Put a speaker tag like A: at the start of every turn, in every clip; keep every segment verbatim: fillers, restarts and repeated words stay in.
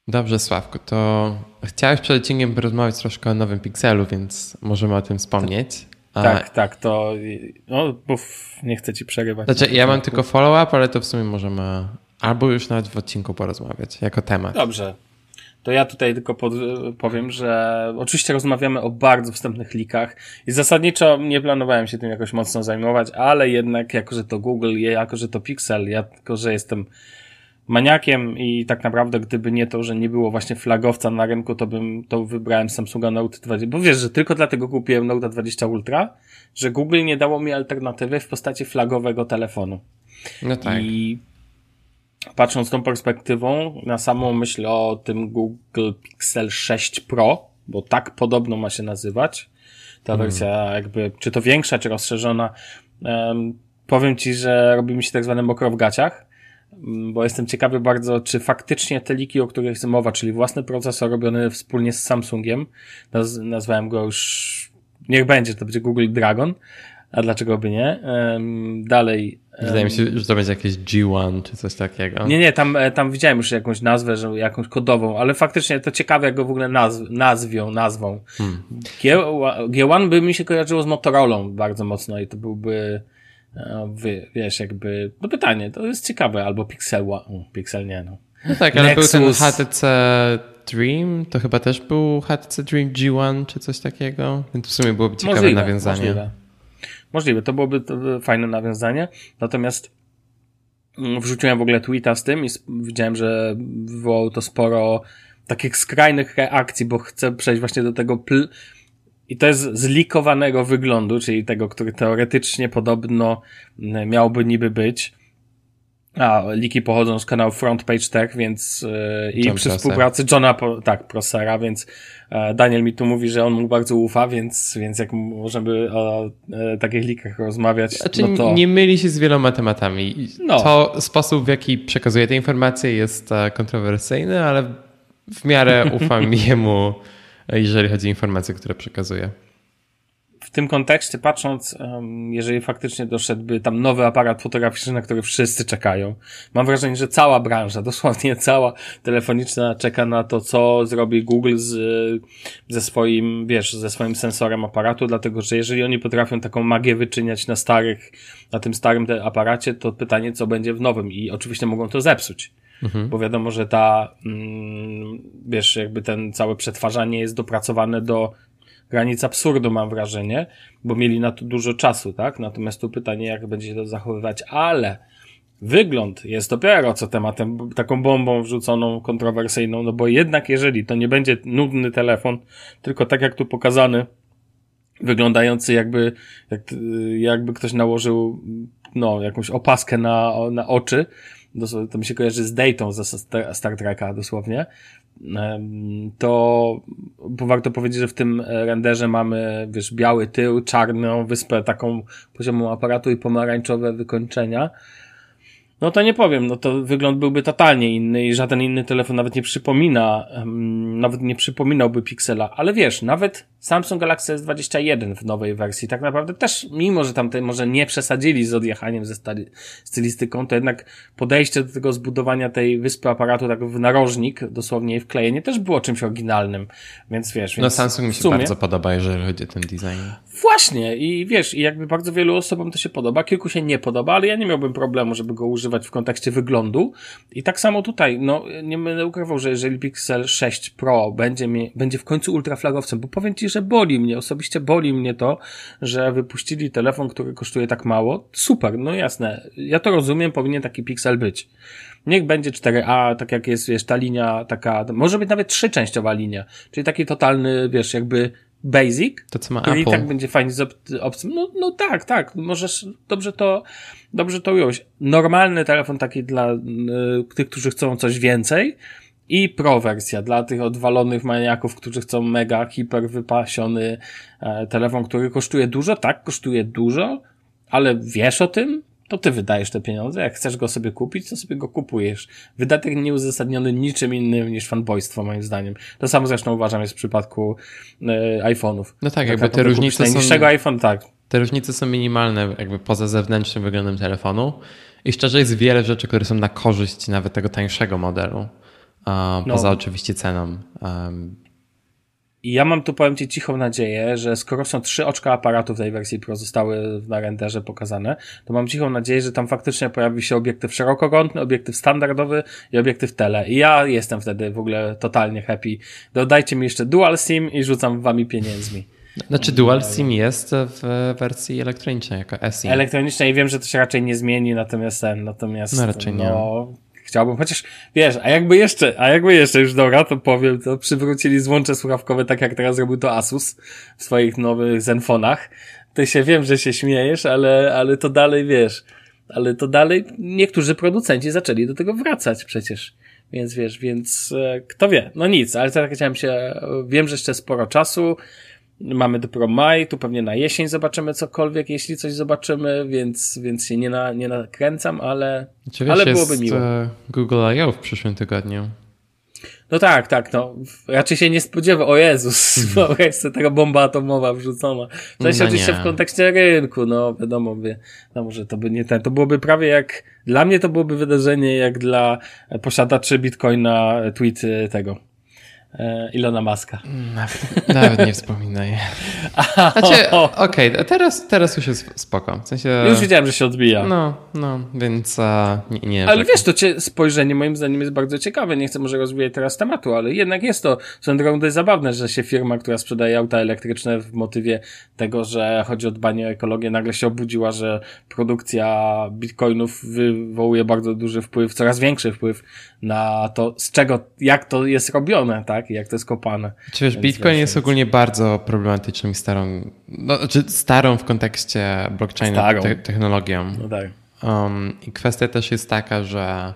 A: Dobrze, Sławku, to chciałeś przed odcinkiem porozmawiać troszkę o nowym Pixelu, więc możemy o tym wspomnieć. A...
B: Tak, tak, to no, bo nie chcę ci przerywać.
A: Znaczy, ja mam tylko follow-up, ale to w sumie możemy albo już nawet w odcinku porozmawiać jako temat.
B: Dobrze. To ja tutaj tylko pod, powiem, że oczywiście rozmawiamy o bardzo wstępnych leakach i zasadniczo nie planowałem się tym jakoś mocno zajmować, ale jednak jako, że to Google, jako, że to Pixel, jako, że jestem maniakiem i tak naprawdę gdyby nie to, że nie było właśnie flagowca na rynku, to bym to wybrałem Samsunga Note dwadzieścia, bo wiesz, że tylko dlatego kupiłem Note dwadzieścia Ultra, że Google nie dało mi alternatywy w postaci flagowego telefonu.
A: No tak.
B: I patrząc tą perspektywą, na samą myśl o tym Google Pixel sześć Pro, bo tak podobno ma się nazywać, ta hmm. wersja jakby, czy to większa, czy rozszerzona, um, powiem ci, że robi mi się tak zwane mokro w gaciach, bo jestem ciekawy bardzo, czy faktycznie te leaki, o których jest mowa, czyli własny procesor robiony wspólnie z Samsungiem, naz- nazwałem go już, niech będzie, to będzie Google Dragon, a dlaczego by nie? Um, dalej.
A: Wydaje mi się, że to będzie jakieś G jeden czy coś takiego.
B: Nie, nie, tam, tam widziałem już jakąś nazwę, że jakąś kodową, ale faktycznie to ciekawe, jak go w ogóle nazw, nazwią, nazwą. Hmm. G jeden by mi się kojarzyło z Motorolą bardzo mocno i to byłby, wy, wiesz, jakby, no pytanie, to jest ciekawe, albo Pixel, Pixel nie, no.
A: No tak, ale Nexus. Był ten H T C Dream, to chyba też był H T C Dream G jeden czy coś takiego, więc w sumie byłoby ciekawe
B: możliwe,
A: nawiązanie.
B: Możliwe. Możliwe, to byłoby to fajne nawiązanie, natomiast wrzuciłem w ogóle tweeta z tym i widziałem, że wywołało to sporo takich skrajnych reakcji, bo chcę przejść właśnie do tego pl- i to jest zlikowanego wyglądu, czyli tego, który teoretycznie podobno miałby niby być. A, leaki pochodzą z kanału Front Page Tech, więc yy, i
A: John
B: przy
A: Prosser.
B: współpracy Johna, tak, Prossera, więc e, Daniel mi tu mówi, że on mu bardzo ufa, więc, więc jak możemy o e, takich leakach rozmawiać,
A: znaczy,
B: no to...
A: nie myli się z wieloma tematami.
B: No.
A: To sposób, w jaki przekazuje te informacje jest kontrowersyjny, ale w miarę ufam jemu, jeżeli chodzi o informacje, które przekazuje.
B: W tym kontekście patrząc, jeżeli faktycznie doszedłby tam nowy aparat fotograficzny, na który wszyscy czekają, mam wrażenie, że cała branża, dosłownie cała telefoniczna czeka na to, co zrobi Google z, ze swoim, wiesz, ze swoim sensorem aparatu, dlatego, że jeżeli oni potrafią taką magię wyczyniać na starych, na tym starym aparacie, to pytanie, co będzie w nowym i oczywiście mogą to zepsuć. Mhm. Bo wiadomo, że ta, mm, wiesz, jakby ten całe przetwarzanie jest dopracowane do granic absurdu, mam wrażenie, bo mieli na to dużo czasu, tak? Natomiast tu pytanie, jak będzie się to zachowywać, ale wygląd jest dopiero co tematem, taką bombą wrzuconą, kontrowersyjną, no bo jednak jeżeli to nie będzie nudny telefon, tylko tak jak tu pokazany, wyglądający jakby, jak, jakby ktoś nałożył, no, jakąś opaskę na, na oczy, to mi się kojarzy z Daytą ze Star Treka dosłownie, to bo warto powiedzieć, że w tym renderze mamy, wiesz, biały tył, czarną wyspę taką poziomu aparatu i pomarańczowe wykończenia. No to nie powiem, no to wygląd byłby totalnie inny i żaden inny telefon nawet nie przypomina, um, nawet nie przypominałby Pixela, ale wiesz, nawet Samsung Galaxy S dwadzieścia jeden w nowej wersji tak naprawdę też, mimo że tam te może nie przesadzili z odjechaniem ze stali- stylistyką, to jednak podejście do tego zbudowania tej wyspy aparatu tak w narożnik, dosłownie jej wklejenie, też było czymś oryginalnym, więc wiesz.
A: No
B: więc
A: Samsung mi się
B: sumie...
A: bardzo podoba, jeżeli chodzi o ten design.
B: Właśnie i wiesz, i jakby bardzo wielu osobom to się podoba, kilku się nie podoba, ale ja nie miałbym problemu, żeby go używać w kontekście wyglądu i tak samo tutaj, no nie będę ukrywał, że jeżeli Pixel sześć Pro będzie, mi, będzie w końcu ultraflagowcem, bo powiem ci, że boli mnie, osobiście boli mnie to, że wypuścili telefon, który kosztuje tak mało, super, no jasne, ja to rozumiem, powinien taki Pixel być. Niech będzie cztery A, tak jak jest, wiesz, ta linia taka, może być nawet trzyczęściowa linia, czyli taki totalny, wiesz, jakby basic,
A: to co ma
B: który
A: Apple.
B: i tak będzie fajnie z opcją. No, no tak, tak, możesz dobrze to, dobrze to ująć. Normalny telefon taki dla y, tych, którzy chcą coś więcej i pro wersja dla tych odwalonych maniaków, którzy chcą mega, hiper wypasiony e, telefon, który kosztuje dużo, tak, kosztuje dużo, ale wiesz o tym? To ty wydajesz te pieniądze. Jak chcesz go sobie kupić, to sobie go kupujesz. Wydatek nieuzasadniony niczym innym niż fanboystwo, moim zdaniem. To samo zresztą uważam jest w przypadku e, iPhone'ów.
A: No tak, jakby te różnice są...
B: Najniższego iPhone, tak.
A: Te różnice są minimalne jakby poza zewnętrznym wyglądem telefonu i szczerze jest wiele rzeczy, które są na korzyść nawet tego tańszego modelu. uh, poza no. oczywiście ceną. Um,
B: I ja mam tu, powiem ci, cichą nadzieję, że skoro są trzy oczka aparatu w tej wersji Pro zostały na renderze pokazane, to mam cichą nadzieję, że tam faktycznie pojawi się obiektyw szerokokątny, obiektyw standardowy i obiektyw tele. I ja jestem wtedy w ogóle totalnie happy. Dodajcie mi jeszcze Dual SIM i rzucam wami pieniędzmi.
A: Znaczy Dual SIM jest w wersji elektronicznej jako eSIM.
B: Elektronicznej i wiem, że to się raczej nie zmieni, natomiast ten, natomiast
A: no raczej nie.
B: No, chciałbym, chociaż wiesz, a jakby jeszcze, a jakby jeszcze już dobra, to powiem, to przywrócili złącze słuchawkowe, tak jak teraz robił to Asus w swoich nowych Zenfonach. Ty się wiem, że się śmiejesz, ale, ale to dalej wiesz, ale to dalej niektórzy producenci zaczęli do tego wracać przecież. Więc wiesz, więc e, kto wie, no nic, ale tak chciałem się, wiem, że jeszcze sporo czasu. Mamy dopiero maj, tu pewnie na jesień zobaczymy cokolwiek, jeśli coś zobaczymy, więc, więc się nie, na, nie nakręcam, ale,
A: Czy wiesz,
B: ale byłoby
A: jest
B: miło.
A: Google I O w przyszłym tygodniu.
B: No tak, tak, no. Raczej się nie spodziewa, o Jezus, hmm. jest taka bomba atomowa wrzucona. To jest no oczywiście nie. W kontekście rynku, no wiadomo, by, no może to by nie ten, to byłoby prawie jak, dla mnie to byłoby wydarzenie jak dla posiadaczy Bitcoina tweet tego. Ilona Muska.
A: Nawet, nawet nie wspominaj. Znaczy, okej, okay, teraz, teraz już jest spoko. W sensie...
B: Już wiedziałem, że się odbija.
A: No, no, więc uh, nie, nie.
B: Ale tak. Wiesz, to cie, spojrzenie moim zdaniem jest bardzo ciekawe. Nie chcę może rozwijać teraz tematu, ale jednak jest to, swoją drogą dość zabawne, że się firma, która sprzedaje auta elektryczne w motywie tego, że chodzi o dbanie o ekologię, nagle się obudziła, że produkcja bitcoinów wywołuje bardzo duży wpływ, coraz większy wpływ na to, z czego, jak to jest robione, tak? I jak to jest kopane.
A: Czy wiesz, Bitcoin jest ogólnie bardzo problematyczną i starą, no, znaczy starą w kontekście blockchainu te- technologią.
B: No tak.
A: Um, I kwestia też jest taka, że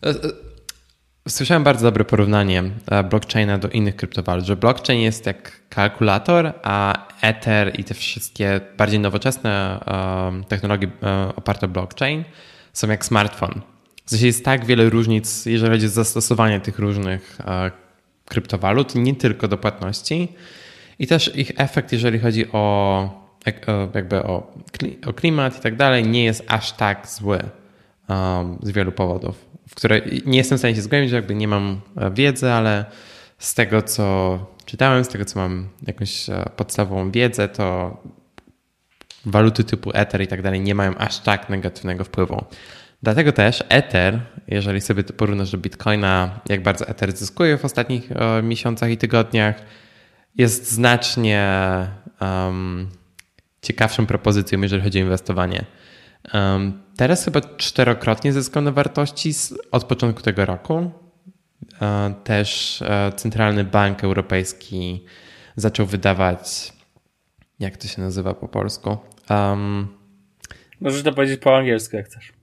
A: słyszałem bardzo dobre porównanie blockchaina do innych kryptowalut, że blockchain jest jak kalkulator, a Ether i te wszystkie bardziej nowoczesne um, technologie um, oparte o blockchain są jak smartfon. W sensie jest tak wiele różnic, jeżeli chodzi o zastosowanie tych różnych uh, kryptowalut, nie tylko do płatności i też ich efekt, jeżeli chodzi o jakby o, o klimat i tak dalej, nie jest aż tak zły um, z wielu powodów, w które nie jestem w stanie się zgłębić, jakby nie mam wiedzy, ale z tego, co czytałem, z tego, co mam jakąś podstawową wiedzę, to waluty typu Ether i tak dalej nie mają aż tak negatywnego wpływu. Dlatego też Ether, jeżeli sobie to porównasz do Bitcoina, jak bardzo Ether zyskuje w ostatnich o, miesiącach i tygodniach, jest znacznie um, ciekawszą propozycją, jeżeli chodzi o inwestowanie. Um, teraz chyba czterokrotnie zyskał na wartości z, od początku tego roku. Um, też um, Centralny Bank Europejski zaczął wydawać, jak to się nazywa po polsku? Um,
B: Możesz to powiedzieć po angielsku, jak chcesz.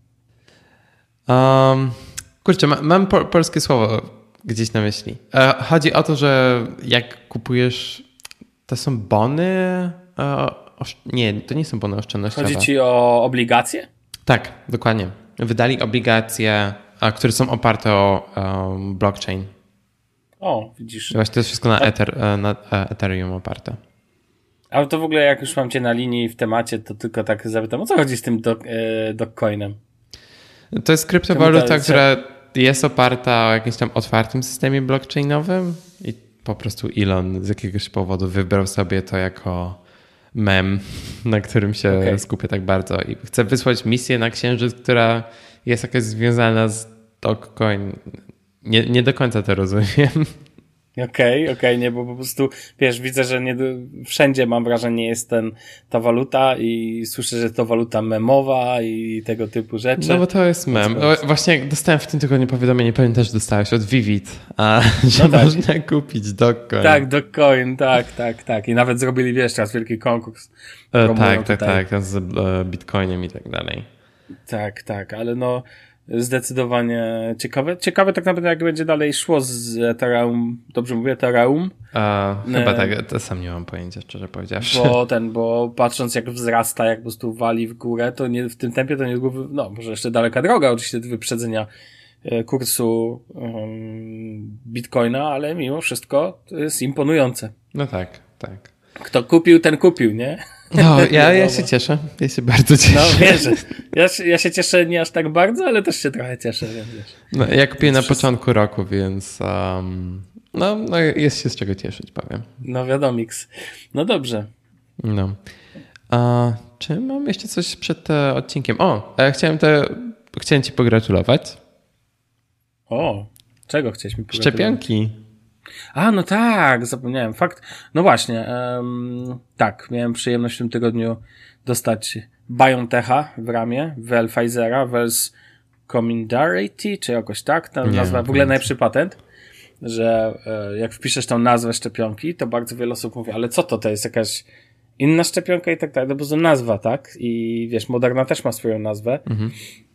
A: Um, kurczę, ma, mam po, polskie słowo gdzieś na myśli. E, chodzi o to, że jak kupujesz, to są bony, e, osz, nie, to nie są bony oszczędnościowe.
B: Chodzi ci o obligacje?
A: Tak, dokładnie. Wydali obligacje, a, które są oparte o um, blockchain.
B: O, widzisz.
A: Właśnie to jest wszystko na, Ether, na Ethereum oparte.
B: Ale to w ogóle jak już mam cię na linii w temacie, to tylko tak zapytam, o co chodzi z tym do, e, Dogecoinem?
A: To jest kryptowaluta, która jest oparta o jakimś tam otwartym systemie blockchainowym i po prostu Elon z jakiegoś powodu wybrał sobie to jako mem, na którym się okay. skupia tak bardzo i chce wysłać misję na Księżyc, która jest jakaś związana z Dogecoin. Nie, nie do końca to rozumiem.
B: Okej, okay, okej, okay, nie, bo po prostu, wiesz, widzę, że nie, wszędzie mam wrażenie jest ten, ta waluta i słyszę, że to waluta memowa i tego typu rzeczy.
A: No bo to jest mem. No, właśnie dostałem w tym tygodniu powiadomienie, pewnie też dostałeś od Vivid, a, że no tak. Można kupić Dogecoin.
B: Tak, Dogecoin, tak, tak, tak. I nawet zrobili, wiesz, teraz wielki konkurs.
A: E, tak, tak, tak, tak, z e, Bitcoinem i tak dalej.
B: Tak, tak, ale no zdecydowanie ciekawe. Ciekawe tak naprawdę, jak będzie dalej szło z Ethereum. Dobrze mówię, Ethereum?
A: A, chyba tak, to sam nie mam pojęcia, szczerze powiedziawszy.
B: Bo ten, bo patrząc jak wzrasta, jak po prostu wali w górę, to nie, w tym tempie to nie no może jeszcze daleka droga oczywiście do wyprzedzenia kursu um, Bitcoina, ale mimo wszystko to jest imponujące.
A: No tak, tak.
B: Kto kupił, ten kupił, nie?
A: No, ja, ja się cieszę. Ja się bardzo cieszę.
B: No wiesz, ja, ja się cieszę nie aż tak bardzo, ale też się trochę cieszę, więc wiesz.
A: No, ja kupiłem na wszyscy... początku roku, więc um, no, no jest się z czego cieszyć, powiem.
B: No wiadomiks. No dobrze.
A: No. A czy mam jeszcze coś przed e, odcinkiem? O, ja chciałem, te, chciałem ci pogratulować.
B: O, czego chciałeś mi pogratulować?
A: Szczepionki.
B: A, no tak, zapomniałem. Fakt, no właśnie, um, tak, miałem przyjemność w tym tygodniu dostać BioNTecha w ramię, wel Pfizera, Wells Comirnaty, czy jakoś tak, ta nazwa, w ogóle najlepszy patent, że e, jak wpiszesz tą nazwę szczepionki, to bardzo wiele osób mówi, ale co to, to jest jakaś inna szczepionka i tak dalej, no bo to nazwa, tak? I wiesz, Moderna też ma swoją nazwę. Mhm.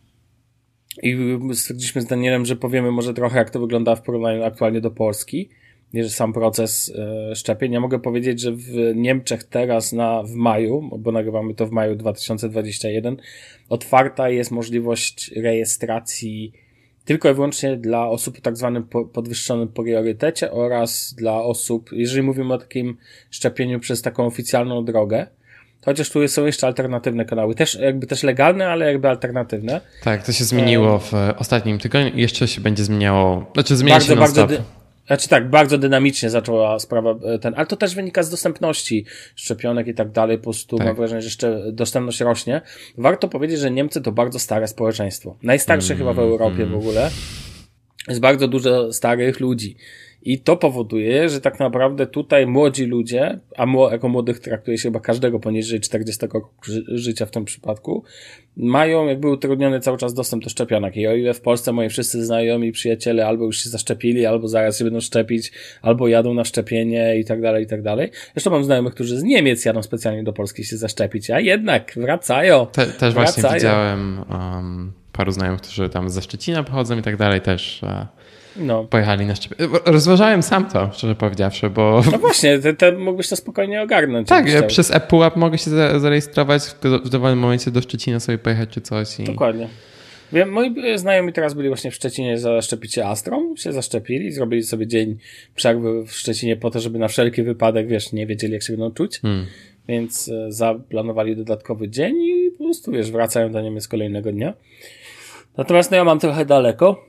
B: I stwierdziliśmy z Danielem, że powiemy może trochę, jak to wygląda w porównaniu aktualnie do Polski, jest sam proces e, szczepień. Ja mogę powiedzieć, że w Niemczech teraz na, w maju, bo nagrywamy to w maju dwa tysiące dwudziestym pierwszym, otwarta jest możliwość rejestracji tylko i wyłącznie dla osób o tak zwanym podwyższonym priorytecie oraz dla osób, jeżeli mówimy o takim szczepieniu przez taką oficjalną drogę, chociaż tu są jeszcze alternatywne kanały, też jakby też legalne, ale jakby alternatywne.
A: Tak, to się zmieniło w ostatnim tygodniu i jeszcze się będzie zmieniało, znaczy zmienia
B: bardzo,
A: się non stop.
B: Bardzo dy- Znaczy tak, bardzo dynamicznie zaczęła sprawa ten, ale to też wynika z dostępności szczepionek i tak dalej, po prostu tak. Mam wrażenie, że jeszcze dostępność rośnie. Warto powiedzieć, że Niemcy to bardzo stare społeczeństwo. Najstarsze mm, chyba w Europie mm. w ogóle. Jest bardzo dużo starych ludzi. I to powoduje, że tak naprawdę tutaj młodzi ludzie, a mło, jako młodych traktuje się chyba każdego poniżej czterdziestego roku ży- życia w tym przypadku, mają jakby utrudniony cały czas dostęp do szczepionek. I o ile w Polsce moi wszyscy znajomi, przyjaciele albo już się zaszczepili, albo zaraz się będą szczepić, albo jadą na szczepienie i tak dalej, i tak dalej. Zresztą mam znajomych, którzy z Niemiec jadą specjalnie do Polski się zaszczepić, a jednak wracają.
A: Te, też
B: wracają.
A: właśnie widziałem um, paru znajomych, którzy tam ze Szczecina pochodzą i tak dalej też. Uh... No. Pojechali na szczepienie. Rozważałem sam to, szczerze powiedziawszy, bo...
B: No właśnie, ty, ty mógłbyś to spokojnie ogarnąć.
A: Tak, ja przez ePUAP mogę się zarejestrować, w dowolnym momencie do Szczecina sobie pojechać czy coś. I...
B: Dokładnie. Wiem, moi znajomi teraz byli właśnie w Szczecinie zaszczepić się Astrą, się zaszczepili, zrobili sobie dzień przerwy w Szczecinie po to, żeby na wszelki wypadek, wiesz, nie wiedzieli jak się będą czuć, hmm. więc zaplanowali dodatkowy dzień i po prostu, wiesz, wracają do Niemiec kolejnego dnia. Natomiast no ja mam trochę daleko,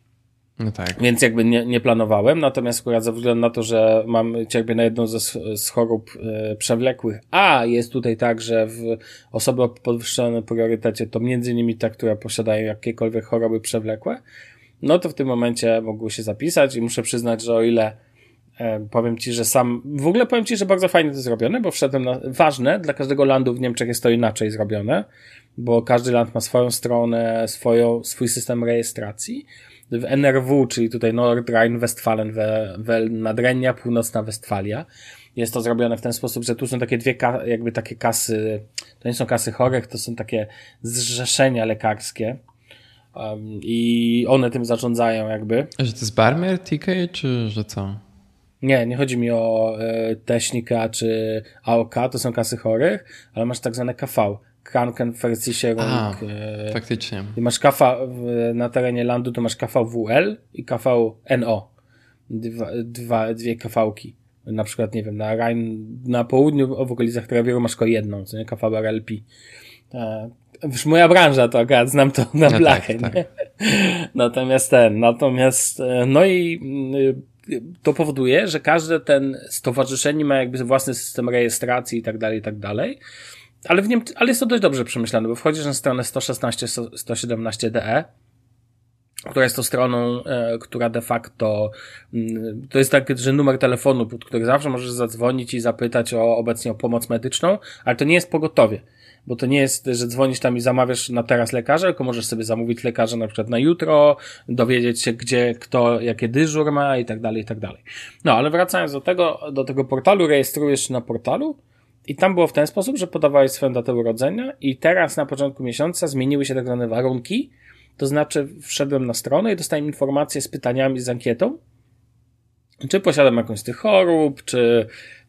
A: no tak.
B: Więc jakby nie, nie planowałem, natomiast akurat ze względu na to, że mam cierpię na jedną ze z chorób e, przewlekłych, a jest tutaj tak, że w osoby o podwyższonym priorytecie to między innymi te, które posiadają jakiekolwiek choroby przewlekłe, no to w tym momencie mogły się zapisać i muszę przyznać, że o ile e, powiem Ci, że sam, w ogóle powiem Ci, że bardzo fajnie to zrobione, bo wszedłem na, ważne, dla każdego landu w Niemczech jest to inaczej zrobione, bo każdy land ma swoją stronę, swoją, swój system rejestracji. W N R W, czyli tutaj Nordrhein-Westfalen, Nadrenia, Północna Westfalia. Jest to zrobione w ten sposób, że tu są takie dwie, jakby takie kasy, to nie są kasy chorych, to są takie zrzeszenia lekarskie um, i one tym zarządzają jakby.
A: A że to jest Barmer, T K, czy że co?
B: Nie, nie chodzi mi o e, Technika czy A O K, to są kasy chorych, ale masz tak zwane K V. Krankenversicherung.
A: A, e, faktycznie.
B: I masz K V w, na terenie landu, to masz K V W L i K V N O. Dwa, dwa, dwie K V-ki. Na przykład, nie wiem, na Rhein, na południu, w okolicach Trawieru masz tylko jedną, co nie? K V R L P. E, już moja branża to akurat, znam to na
A: no
B: blachę,
A: tak,
B: nie?
A: Tak.
B: Natomiast ten, natomiast, no i to powoduje, że każde ten stowarzyszenie ma jakby własny system rejestracji i tak dalej, i tak dalej. Ale, w nim, ale jest to dość dobrze przemyślane, bo wchodzisz na stronę sto szesnaście sto siedemnaście D E, która jest to stroną, e, która de facto m, to jest tak, że numer telefonu, pod który zawsze możesz zadzwonić i zapytać o obecnie o pomoc medyczną, ale to nie jest pogotowie, bo to nie jest, że dzwonisz tam i zamawiasz na teraz lekarza, tylko możesz sobie zamówić lekarza na przykład na jutro, dowiedzieć się gdzie, kto, jakie dyżur ma i tak dalej, i tak dalej. No, ale wracając do tego, do tego portalu, rejestrujesz się na portalu. I tam było w ten sposób, że podawałeś swoją datę urodzenia i teraz na początku miesiąca zmieniły się tak zwane warunki, to znaczy wszedłem na stronę i dostałem informację z pytaniami, z ankietą, czy posiadam jakąś z tych chorób, czy,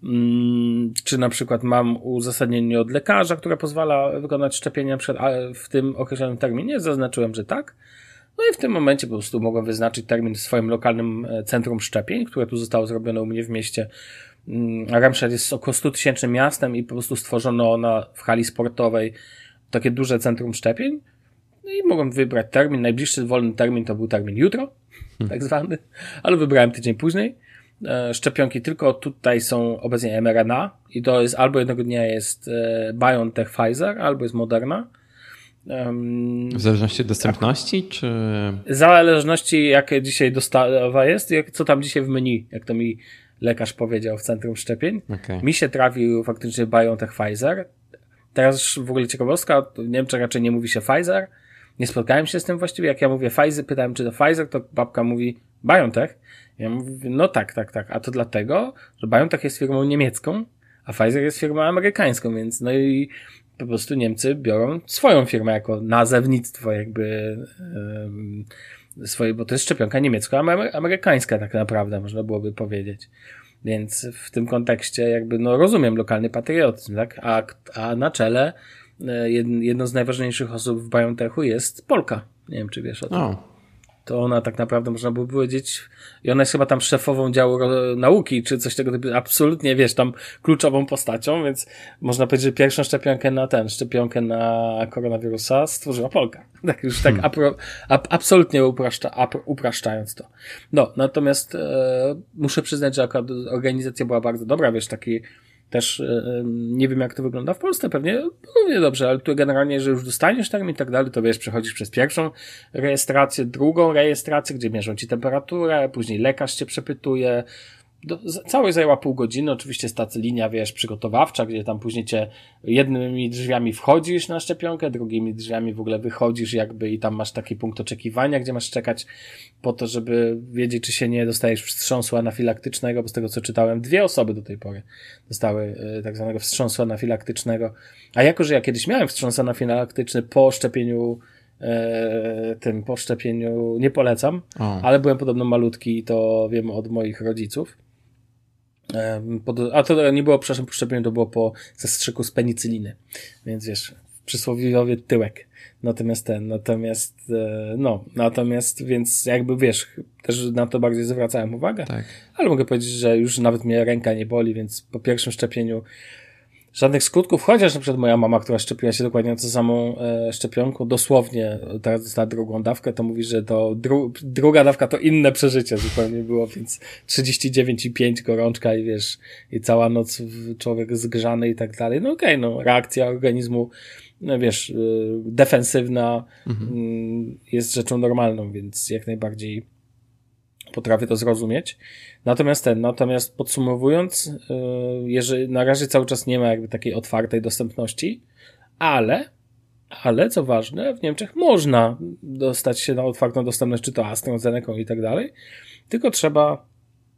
B: mm, czy na przykład mam uzasadnienie od lekarza, które pozwala wykonać szczepienia przed, w tym określonym terminie, zaznaczyłem, że tak. No i w tym momencie po prostu mogłem wyznaczyć termin w swoim lokalnym centrum szczepień, które tu zostało zrobione u mnie w mieście Remscheid jest około stu tysięcznym miastem i po prostu stworzono na, w hali sportowej takie duże centrum szczepień. No i mogłem wybrać termin. Najbliższy wolny termin to był termin jutro, hmm. tak zwany, ale wybrałem tydzień później. E, szczepionki tylko tutaj są obecnie em er en a i to jest albo jednego dnia jest e, BioNTech Pfizer, albo jest Moderna. Um,
A: w zależności od dostępności, tak. czy...
B: W zależności jakie dzisiaj dostawa jest, jak, co tam dzisiaj w menu, jak to mi lekarz powiedział w centrum szczepień. Okay. Mi się trafił faktycznie BioNTech Pfizer. Teraz w ogóle ciekawostka, w Niemczech raczej nie mówi się Pfizer. Nie spotkałem się z tym właściwie. Jak ja mówię Pfizer, pytałem czy to Pfizer, to babka mówi BioNTech. Ja mówię, no tak, tak, tak. A to dlatego, że BioNTech jest firmą niemiecką, a Pfizer jest firmą amerykańską, więc no i po prostu Niemcy biorą swoją firmę jako nazewnictwo jakby um, swoje, bo to jest szczepionka niemiecko-amerykańska tak naprawdę, można byłoby powiedzieć. Więc w tym kontekście jakby, no rozumiem lokalny patriotyzm, tak? A, a na czele jedną z najważniejszych osób w BioNTechu jest Polka. Nie wiem, czy wiesz o tym. Oh. To ona tak naprawdę, można by powiedzieć, i ona jest chyba tam szefową działu nauki, czy coś tego typu, absolutnie, wiesz, tam kluczową postacią, więc można powiedzieć, że pierwszą szczepionkę na ten, szczepionkę na koronawirusa stworzyła Polka. Tak już tak hmm. apro, ap, absolutnie upraszcza, ap, upraszczając to. No, natomiast e, muszę przyznać, że akurat organizacja była bardzo dobra, wiesz, taki też e, nie wiem, jak to wygląda w Polsce, pewnie równie dobrze, ale tu generalnie, że już dostaniesz termin i tak dalej, to wiesz, przechodzisz przez pierwszą rejestrację, drugą rejestrację, gdzie mierzą ci temperaturę, później lekarz cię przepytuje. Do, całość zajęła pół godziny, oczywiście jest ta linia, wiesz, przygotowawcza, gdzie tam później cię jednymi drzwiami wchodzisz na szczepionkę, drugimi drzwiami w ogóle wychodzisz jakby i tam masz taki punkt oczekiwania, gdzie masz czekać po to, żeby wiedzieć, czy się nie dostajesz wstrząsu anafilaktycznego, bo z tego co czytałem, dwie osoby do tej pory dostały y, tak zwanego wstrząsu anafilaktycznego. A jako, że ja kiedyś miałem wstrząs anafilaktyczny po szczepieniu y, tym, po szczepieniu nie polecam, o. ale byłem podobno malutki i to wiem od moich rodziców. A to nie było, przepraszam, po szczepieniu, to było po zastrzyku z penicyliny. Więc wiesz, przysłowiowy tyłek. Natomiast ten, natomiast, no, natomiast, więc jakby wiesz, też na to bardziej zwracałem uwagę. Tak. Ale mogę powiedzieć, że już nawet mnie ręka nie boli, więc po pierwszym szczepieniu żadnych skutków, chociaż na przykład moja mama, która szczepiła się dokładnie na tą samą e, szczepionką, dosłownie teraz dostała drugą dawkę, to mówi, że to dru, druga dawka to inne przeżycie zupełnie było, więc trzydzieści dziewięć i pięć gorączka i wiesz, i cała noc człowiek zgrzany i tak dalej. No okej, okay, no reakcja organizmu, no wiesz, y, defensywna mhm. y, jest rzeczą normalną, więc jak najbardziej potrafię to zrozumieć. Natomiast ten, natomiast podsumowując, yy, jeżeli na razie cały czas nie ma jakby takiej otwartej dostępności, ale, ale co ważne, w Niemczech można dostać się na otwartą dostępność, czy to AstraZeneca i tak dalej, tylko trzeba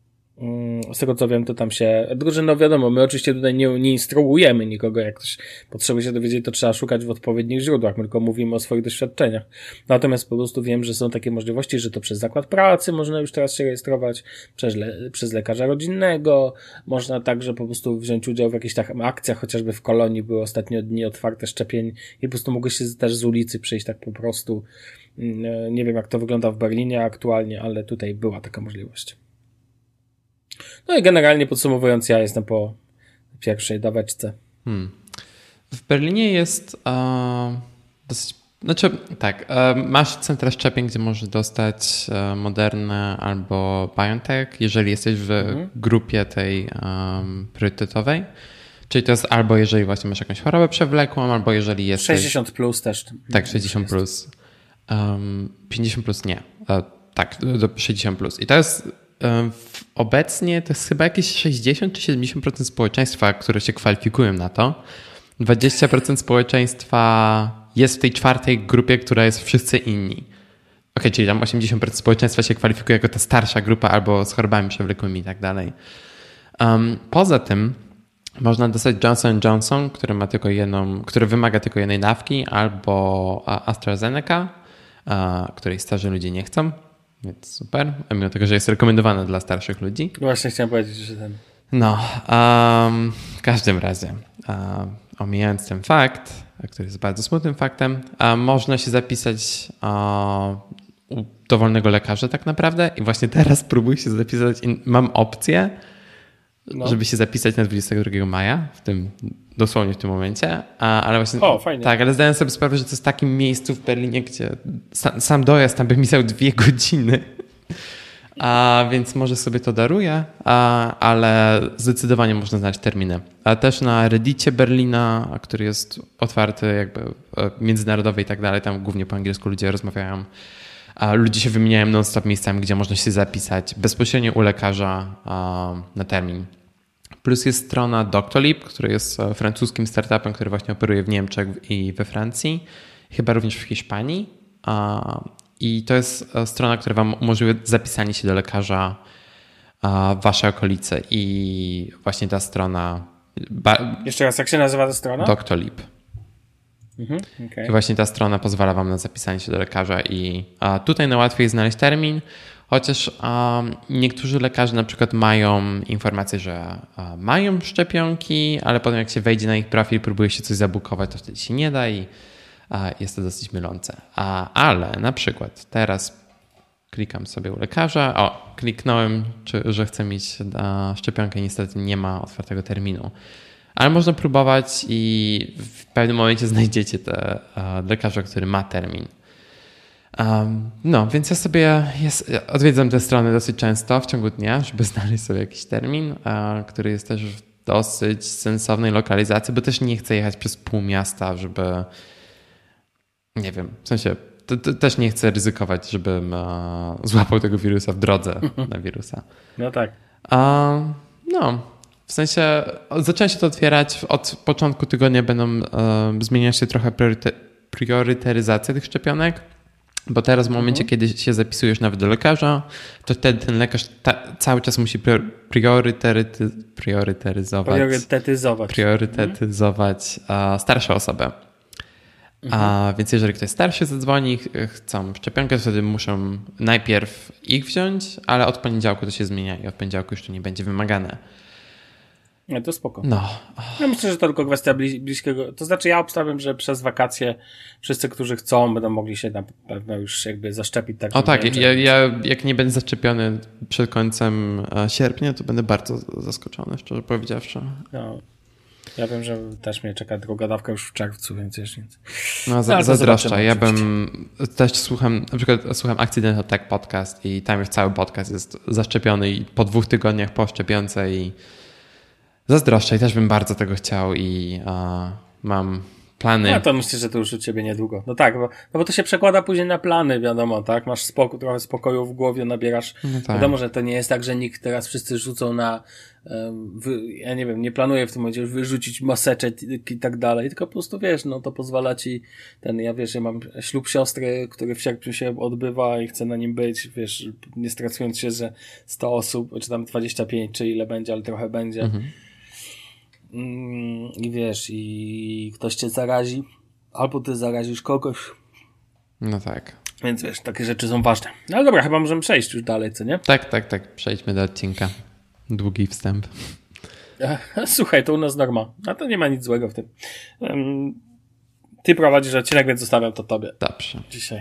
B: z tego co wiem, to tam się, tylko że no wiadomo, my oczywiście tutaj nie, nie instruujemy nikogo, jak ktoś potrzebuje się dowiedzieć, to trzeba szukać w odpowiednich źródłach, my tylko mówimy o swoich doświadczeniach. Natomiast po prostu wiem, że są takie możliwości, że to przez zakład pracy można już teraz się rejestrować, przez, le, przez lekarza rodzinnego, można także po prostu wziąć udział w jakichś tak akcjach, chociażby w Kolonii były ostatnio dni otwarte szczepień i po prostu mogłeś się też z ulicy przyjść tak po prostu. Nie wiem, jak to wygląda w Berlinie aktualnie, ale tutaj była taka możliwość. No i generalnie podsumowując, ja jestem po pierwszej daweczce. Hmm.
A: W Berlinie jest uh, dosyć, znaczy tak, uh, masz centra szczepień, gdzie możesz dostać uh, Modernę albo BioNTech, jeżeli jesteś w mhm. grupie tej um, priorytetowej. Czyli to jest albo jeżeli właśnie masz jakąś chorobę przewlekłą, albo jeżeli jesteś...
B: sześćdziesiąt plus też.
A: Tak, sześćdziesiąt plus. Um, pięćdziesiąt plus nie. Uh, tak, do sześćdziesiąt plus. I to jest obecnie to jest chyba jakieś sześćdziesiąt czy siedemdziesiąt procent społeczeństwa, które się kwalifikują na to. dwadzieścia procent społeczeństwa jest w tej czwartej grupie, która jest wszyscy inni. Okej, okay, czyli tam osiemdziesiąt procent społeczeństwa się kwalifikuje jako ta starsza grupa albo z chorobami przewlekłymi i tak dalej. Um, poza tym można dostać Johnson and Johnson, który ma tylko jedną, który wymaga tylko jednej dawki, albo AstraZeneca, której starzy ludzie nie chcą. Więc super, a mimo tego, że jest rekomendowana dla starszych ludzi.
B: Właśnie chciałem powiedzieć, że ten...
A: No, um, w każdym razie, um, omijając ten fakt, który jest bardzo smutnym faktem, um, można się zapisać um, u dowolnego lekarza tak naprawdę i właśnie teraz próbuję się zapisać i mam opcję
B: no.
A: żeby się zapisać na dwudziestego drugiego maja, w tym, dosłownie w tym momencie. A, ale właśnie,
B: o, fajnie.
A: Tak, ale zdałem sobie sprawę, że to jest w takim miejscu w Berlinie, gdzie sam, sam dojazd tam by mi zajął dwie godziny. A więc może sobie to daruję, a, ale zdecydowanie można znaleźć terminy. A też na Reddicie Berlina, który jest otwarty, jakby międzynarodowy i tak dalej, tam głównie po angielsku ludzie rozmawiają. A ludzie się wymieniają non-stop miejscami, gdzie można się zapisać bezpośrednio u lekarza a, na termin. Plus jest strona Doctolib, który jest francuskim startupem, który właśnie operuje w Niemczech i we Francji, chyba również w Hiszpanii. A, I to jest strona, która wam umożliwia zapisanie się do lekarza w waszej okolicy. I właśnie ta strona... Ba-
B: Jeszcze raz, jak się nazywa ta strona?
A: Doctolib.
B: Mhm, okay.
A: I właśnie ta strona pozwala wam na zapisanie się do lekarza i a, tutaj najłatwiej znaleźć termin, chociaż a, niektórzy lekarze na przykład mają informację, że a, mają szczepionki, ale potem jak się wejdzie na ich profil, próbuje się coś zabukować, to wtedy się nie da i a, jest to dosyć mylące. A, ale na przykład teraz klikam sobie u lekarza, o, kliknąłem, czy, że chcę mieć a, szczepionkę, niestety nie ma otwartego terminu. Ale można próbować i w pewnym momencie znajdziecie te uh, lekarza, który ma termin. Um, no, więc ja sobie jest, odwiedzam tę stronę dosyć często w ciągu dnia, żeby znaleźć sobie jakiś termin, uh, który jest też w dosyć sensownej lokalizacji, bo też nie chcę jechać przez pół miasta, żeby nie wiem, w sensie to, to też nie chcę ryzykować, żebym uh, złapał tego wirusa w drodze na wirusa.
B: No tak.
A: Uh, no, w sensie zacząłem się to otwierać, od początku tygodnia będą e, zmieniać się trochę prioryte, priorytetyzacja tych szczepionek, bo teraz w momencie, mhm. kiedy się zapisujesz nawet do lekarza, to wtedy ten lekarz ta, cały czas musi prior, priorytety, priorytetyzować,
B: priorytetyzować,
A: priorytetyzować mhm. starsze osoby. Mhm. A więc jeżeli ktoś starszy zadzwoni, chcą szczepionkę, to wtedy muszą najpierw ich wziąć, ale od poniedziałku to się zmienia i od poniedziałku już to nie będzie wymagane.
B: Nie, to spoko.
A: No.
B: Ja myślę, że to tylko kwestia bliskiego. To znaczy ja obstawiam, że przez wakacje wszyscy, którzy chcą, będą mogli się na pewno już jakby zaszczepić. Tak,
A: o tak, ja, ja jak nie będę zaszczepiony przed końcem sierpnia, to będę bardzo zaskoczony, szczerze powiedziawszy.
B: No. Ja wiem, że też mnie czeka druga dawka już w czerwcu, więc jeszcze nic.
A: No, za, no zazdroszczę. Ja bym też słucham, na przykład słucham Accidental Tech Podcast i tam już cały podcast jest zaszczepiony i po dwóch tygodniach po szczepionce i zazdroszczę i też bym bardzo tego chciał i uh, mam plany.
B: No to myślę, że to już u ciebie niedługo. No tak, bo, no bo to się przekłada później na plany, wiadomo, tak? Masz spokój, trochę spokoju w głowie, nabierasz. No tak. Wiadomo, że to nie jest tak, że nikt teraz wszyscy rzucą na um, wy, ja nie wiem, nie planuję w tym momencie już wyrzucić maseczek i, i tak dalej, tylko po prostu wiesz, no to pozwala ci ten, ja wiesz, ja mam ślub siostry, który w sierpniu się odbywa i chcę na nim być, wiesz, nie stresując się, że sto osób, czy tam dwadzieścia pięć, czy ile będzie, ale trochę będzie. Mhm. I wiesz, i ktoś cię zarazi, albo ty zarazisz kogoś.
A: No tak.
B: Więc wiesz, takie rzeczy są ważne. No ale dobra, chyba możemy przejść już dalej, co nie?
A: Tak, tak, tak. Przejdźmy do odcinka. Długi wstęp.
B: Słuchaj, to u nas norma. A to nie ma nic złego w tym. Ty prowadzisz odcinek, więc zostawiam to tobie.
A: Dobrze.
B: Dzisiaj.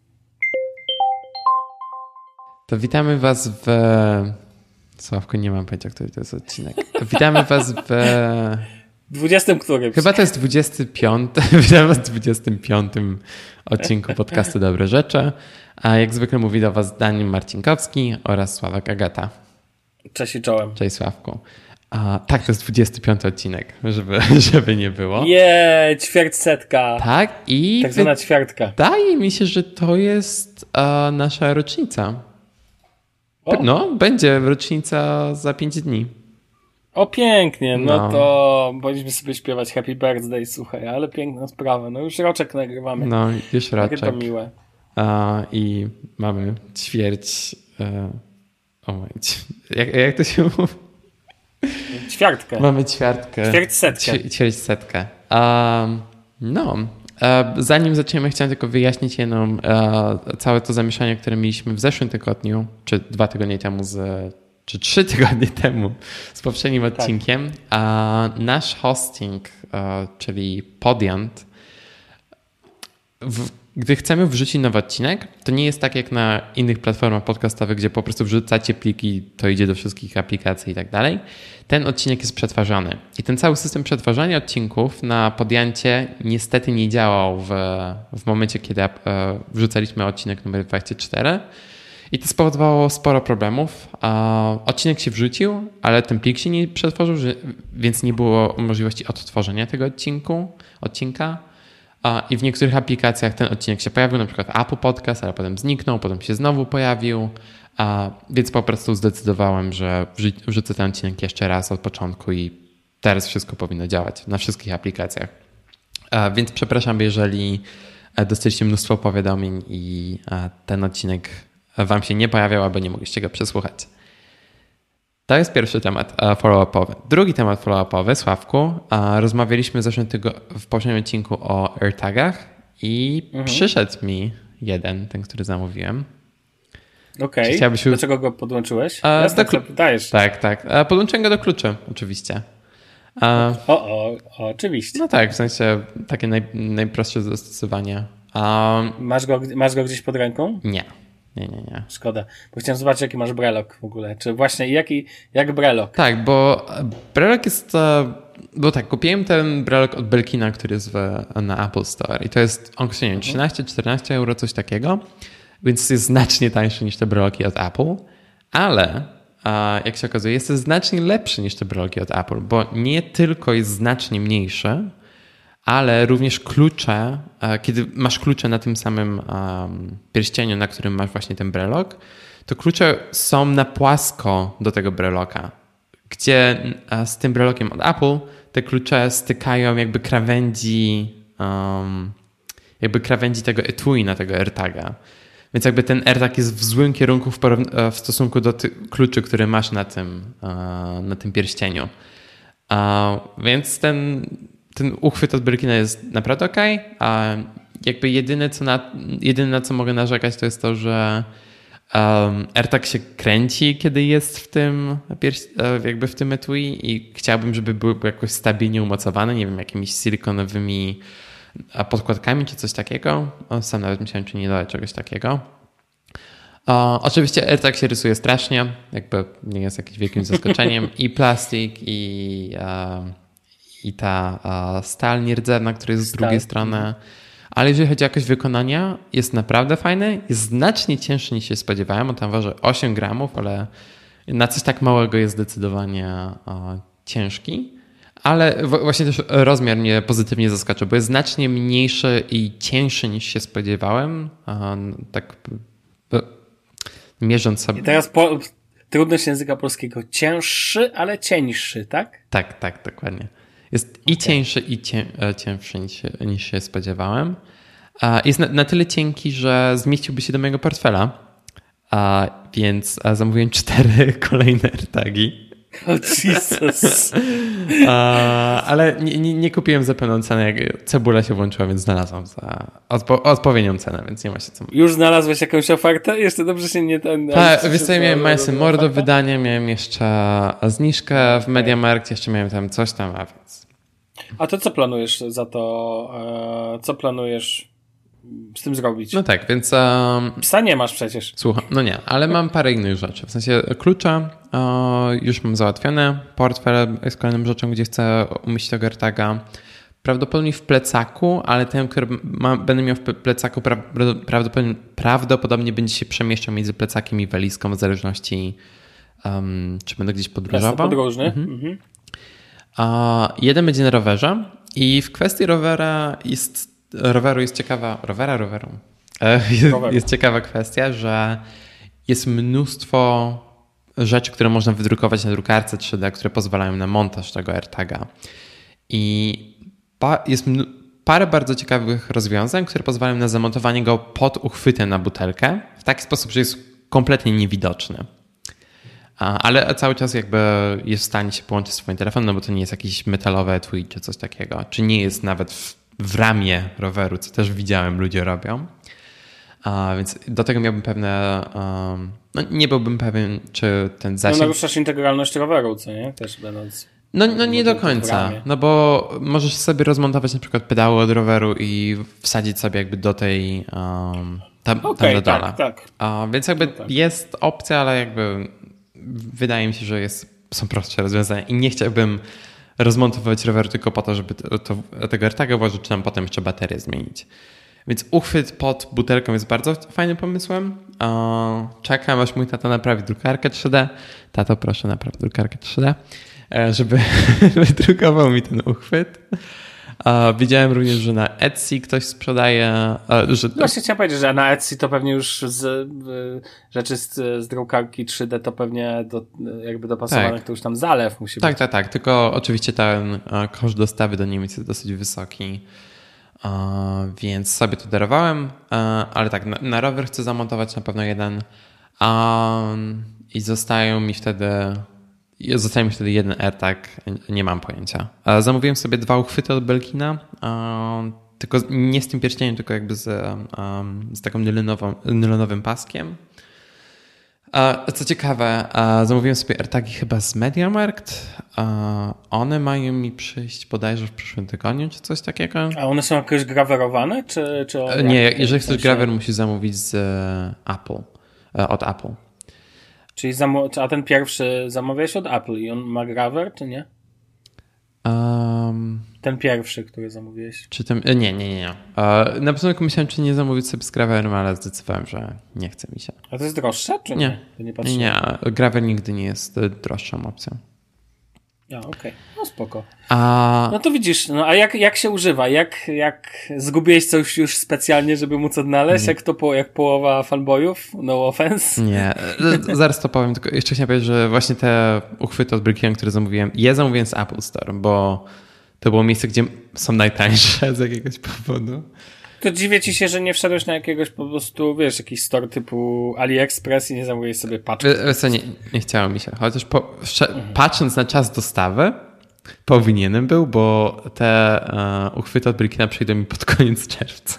A: To witamy was w... Sławko, nie mam pojęcia, który to jest odcinek. Witamy was w...
B: dwudziestym którymś.
A: Chyba to jest dwudziesty piąty. Witamy was w dwudziestym piątym odcinku podcastu Dobre Rzeczy. A jak zwykle mówi do was Daniel Marcinkowski oraz Sławek Agata.
B: Cześć i czołem.
A: Cześć Sławku. A, tak, to jest dwudziesty piąty odcinek, żeby, żeby nie było.
B: Jej, ćwierć setka.
A: Tak i...
B: Tak zwana ćwiartka.
A: Wydaje mi się, że to jest a, nasza rocznica. O. No, będzie rocznica za pięć dni.
B: O, pięknie, no, no to powinniśmy sobie śpiewać Happy Birthday, słuchaj, ale piękna sprawa, no już roczek nagrywamy.
A: No, już roczek.
B: Jakie to miłe.
A: A, I mamy ćwierć... E, o mój, jak, jak to się mówi?
B: Ćwiartkę.
A: Mamy ćwiartkę.
B: Ćwierć setkę.
A: Ćwierć setkę. Um, no... Zanim zaczniemy, chciałem tylko wyjaśnić jedną, całe to zamieszanie, które mieliśmy w zeszłym tygodniu, czy dwa tygodnie temu, z, czy trzy tygodnie temu z poprzednim odcinkiem. Tak. Nasz hosting, czyli Podiant, w gdy chcemy wrzucić nowy odcinek, to nie jest tak jak na innych platformach podcastowych, gdzie po prostu wrzucacie pliki, to idzie do wszystkich aplikacji i tak dalej. Ten odcinek jest przetwarzany. I ten cały system przetwarzania odcinków na Podiancie niestety nie działał w, w momencie, kiedy e, wrzucaliśmy odcinek numer dwadzieścia cztery. I to spowodowało sporo problemów. E, odcinek się wrzucił, ale ten plik się nie przetworzył, że, więc nie było możliwości odtworzenia tego odcinku, odcinka. I w niektórych aplikacjach ten odcinek się pojawił, na przykład Apple Podcast, ale potem zniknął, potem się znowu pojawił, więc po prostu zdecydowałem, że wrzucę ten odcinek jeszcze raz od początku i teraz wszystko powinno działać na wszystkich aplikacjach. Więc przepraszam, jeżeli dostaliście mnóstwo powiadomień i ten odcinek wam się nie pojawiał, albo nie mogliście go przesłuchać. To jest pierwszy temat follow-upowy. Drugi temat follow-upowy, Sławku, rozmawialiśmy w zeszłym tygodniu w poprzednim odcinku o AirTagach i mhm. przyszedł mi jeden, ten, który zamówiłem.
B: Okej, okay. Dlaczego go podłączyłeś?
A: A,
B: Jasne,
A: do...
B: dajesz.
A: Tak, tak. A podłączyłem go do kluczy, oczywiście.
B: A... O, o, o, oczywiście.
A: No tak, w sensie takie naj, najprostsze zastosowanie. A...
B: Masz, go, masz go gdzieś pod ręką?
A: Nie. Nie, nie, nie.
B: Szkoda, bo chciałem zobaczyć, jaki masz brelok w ogóle. Czy właśnie jaki, jak brelok?
A: Tak, bo brelok jest... Bo tak, kupiłem ten brelok od Belkina, który jest w, na Apple Store i to jest, on kosztuje mhm. trzynaście czternaście euro, coś takiego, więc jest znacznie tańszy niż te breloki od Apple, ale jak się okazuje, jest to znacznie lepszy niż te breloki od Apple, bo nie tylko jest znacznie mniejszy, ale również klucze, kiedy masz klucze na tym samym um, pierścieniu, na którym masz właśnie ten brelok, to klucze są na płasko do tego breloka, gdzie z tym brelokiem od Apple te klucze stykają jakby krawędzi um, jakby krawędzi tego etui na tego AirTaga. Więc jakby ten AirTag jest w złym kierunku w, porów- w stosunku do ty- kluczy, które masz na tym, uh, na tym pierścieniu. Uh, więc ten Ten uchwyt od Belkina jest naprawdę okej, a jakby jedyne, co na, jedyne na co mogę narzekać, to jest to, że um, AirTag się kręci, kiedy jest w tym jakby w tym etui i chciałbym, żeby był jakoś stabilnie umocowany, nie wiem, jakimiś silikonowymi podkładkami czy coś takiego. O, sam nawet myślałem, czy nie dodać czegoś takiego. O, oczywiście AirTag się rysuje strasznie, jakby nie jest jakimś wielkim zaskoczeniem i plastik i uh, i ta uh, stal nierdzewna, która jest z stal. drugiej strony. Ale jeżeli chodzi o jakość wykonania, jest naprawdę fajny. Jest znacznie cięższy niż się spodziewałem. On tam waży osiem gramów, ale na coś tak małego jest zdecydowanie uh, ciężki. Ale w- właśnie też rozmiar mnie pozytywnie zaskoczył, bo jest znacznie mniejszy i cieńszy niż się spodziewałem. Uh, tak uh, mierząc sobie...
B: I teraz po... trudność języka polskiego. Cięższy, ale cieńszy, tak?
A: Tak, tak, dokładnie. Jest i okay. cieńszy, i cię, cięższy niż się, niż się spodziewałem. Jest na, na tyle cienki, że zmieściłby się do mojego portfela, więc zamówiłem cztery kolejne AirTagi.
B: O oh, Jesus.
A: Ale nie, nie, nie kupiłem za pełną cenę, jak cebula się włączyła, więc znalazłam za odpo- odpowiednią cenę, więc nie ma się co...
B: Już znalazłeś jakąś ofertę? Jeszcze dobrze się nie... ten.
A: Tak, wiesz co, ja miałem Miles and Mordo wydanie, miałem jeszcze zniżkę w MediaMarkt, jeszcze miałem tam coś tam, a więc...
B: A to co planujesz za to, co planujesz z tym zrobić?
A: No tak, więc... Um,
B: Psa nie masz przecież.
A: Słucham, no nie, ale mam parę innych rzeczy. W sensie klucza uh, już mam załatwione. Portfel jest kolejną rzeczą, gdzie chcę umieścić tego AirTaga. Prawdopodobnie w plecaku, ale ten, który ma, będę miał w plecaku, pra, prawdopodobnie, prawdopodobnie będzie się przemieszczał między plecakiem i walizką, w zależności um, czy będę gdzieś podróżował.
B: Podróżny.
A: Mhm.
B: Mhm.
A: Uh, jeden będzie na rowerze i w kwestii rowera jest roweru jest ciekawa, rowera, roweru. Jest, jest ciekawa kwestia, że jest mnóstwo rzeczy, które można wydrukować na drukarce trzy D, które pozwalają na montaż tego AirTaga. I pa, jest mn- parę bardzo ciekawych rozwiązań, które pozwalają na zamontowanie go pod uchwytem na butelkę w taki sposób, że jest kompletnie niewidoczny. Ale cały czas jakby jest w stanie się połączyć z swoim telefonem, no bo to nie jest jakieś metalowe etui czy coś takiego, czy nie jest nawet w, w ramię roweru, co też widziałem ludzie robią. A więc do tego miałbym pewne... Um, no nie byłbym pewien, czy ten zasięg...
B: No naruszasz integralność roweru, co nie? Też będąc...
A: No, no nie do końca, no bo możesz sobie rozmontować na przykład pedały od roweru i wsadzić sobie jakby do tej um, tam, okay, tam do dole.
B: Tak, tak.
A: Uh, więc jakby no tak. jest opcja, ale jakby wydaje mi się, że jest, są prostsze rozwiązania i nie chciałbym rozmontować roweru tylko po to, żeby to, to, tego AirTaga włożyć, czy tam potem jeszcze baterię zmienić. Więc uchwyt pod butelką jest bardzo fajnym pomysłem. Uh, czekam, aż mój tata naprawi drukarkę trzy D. Tato, proszę, napraw drukarkę trzy D. Żeby wydrukował mi ten uchwyt. Widziałem również, że na Etsy ktoś sprzedaje... Że to...
B: Właśnie chciałem powiedzieć, że na Etsy to pewnie już z, rzeczy z, z drukarki trzy D to pewnie do, jakby dopasowane, tak. To już tam zalew musi
A: tak,
B: być.
A: Tak, tak, tak. Tylko oczywiście ten koszt dostawy do Niemiec jest dosyć wysoki. Więc sobie to darowałem. Ale tak, na, na rower chcę zamontować na pewno jeden. I zostają mi wtedy... Zostaje mi wtedy jeden AirTag, nie mam pojęcia. Zamówiłem sobie dwa uchwyty od Belkina, tylko nie z tym pierścieniem, tylko jakby z, z taką nylonową, nylonowym paskiem. Co ciekawe, zamówiłem sobie AirTagi chyba z MediaMarkt. One mają mi przyjść bodajże w przyszłym tygodniu, czy coś takiego.
B: A one są jakoś grawerowane? Czy, czy
A: nie, jeżeli chcesz grawer, musisz zamówić z Apple, od Apple.
B: Czyli zamo- a ten pierwszy zamawiałeś od Apple i on ma grawer, czy nie?
A: Um,
B: ten pierwszy, który zamówiłeś.
A: Czy ten, nie, nie, nie. nie. Na początku myślałem, czy nie zamówić sobie z grawerem, ale zdecydowałem, że nie chce mi się.
B: A to jest droższe, czy nie?
A: Nie, nie, nie. Grawer nigdy nie jest droższą opcją.
B: A, okej. Okay. No spoko.
A: A...
B: No to widzisz, no a jak, jak się używa? Jak, jak zgubiłeś coś już specjalnie, żeby móc odnaleźć? Jak to po, jak połowa fanboyów? No offense?
A: Nie, zaraz to powiem, tylko jeszcze chciałem powiedzieć, że właśnie te uchwyty od Belkina, które zamówiłem, je zamówiłem z Apple Store, bo to było miejsce, gdzie są najtańsze z jakiegoś powodu.
B: To dziwię ci się, że nie wszedłeś na jakiegoś po prostu, wiesz, jakiś store typu AliExpress i nie zamówiłeś sobie paczki.
A: Wiesz co, nie, nie chciało mi się. Chociaż po, mhm. patrząc na czas dostawy, powinienem był, bo te uh, uchwyty od Belkina przyjdą mi pod koniec czerwca.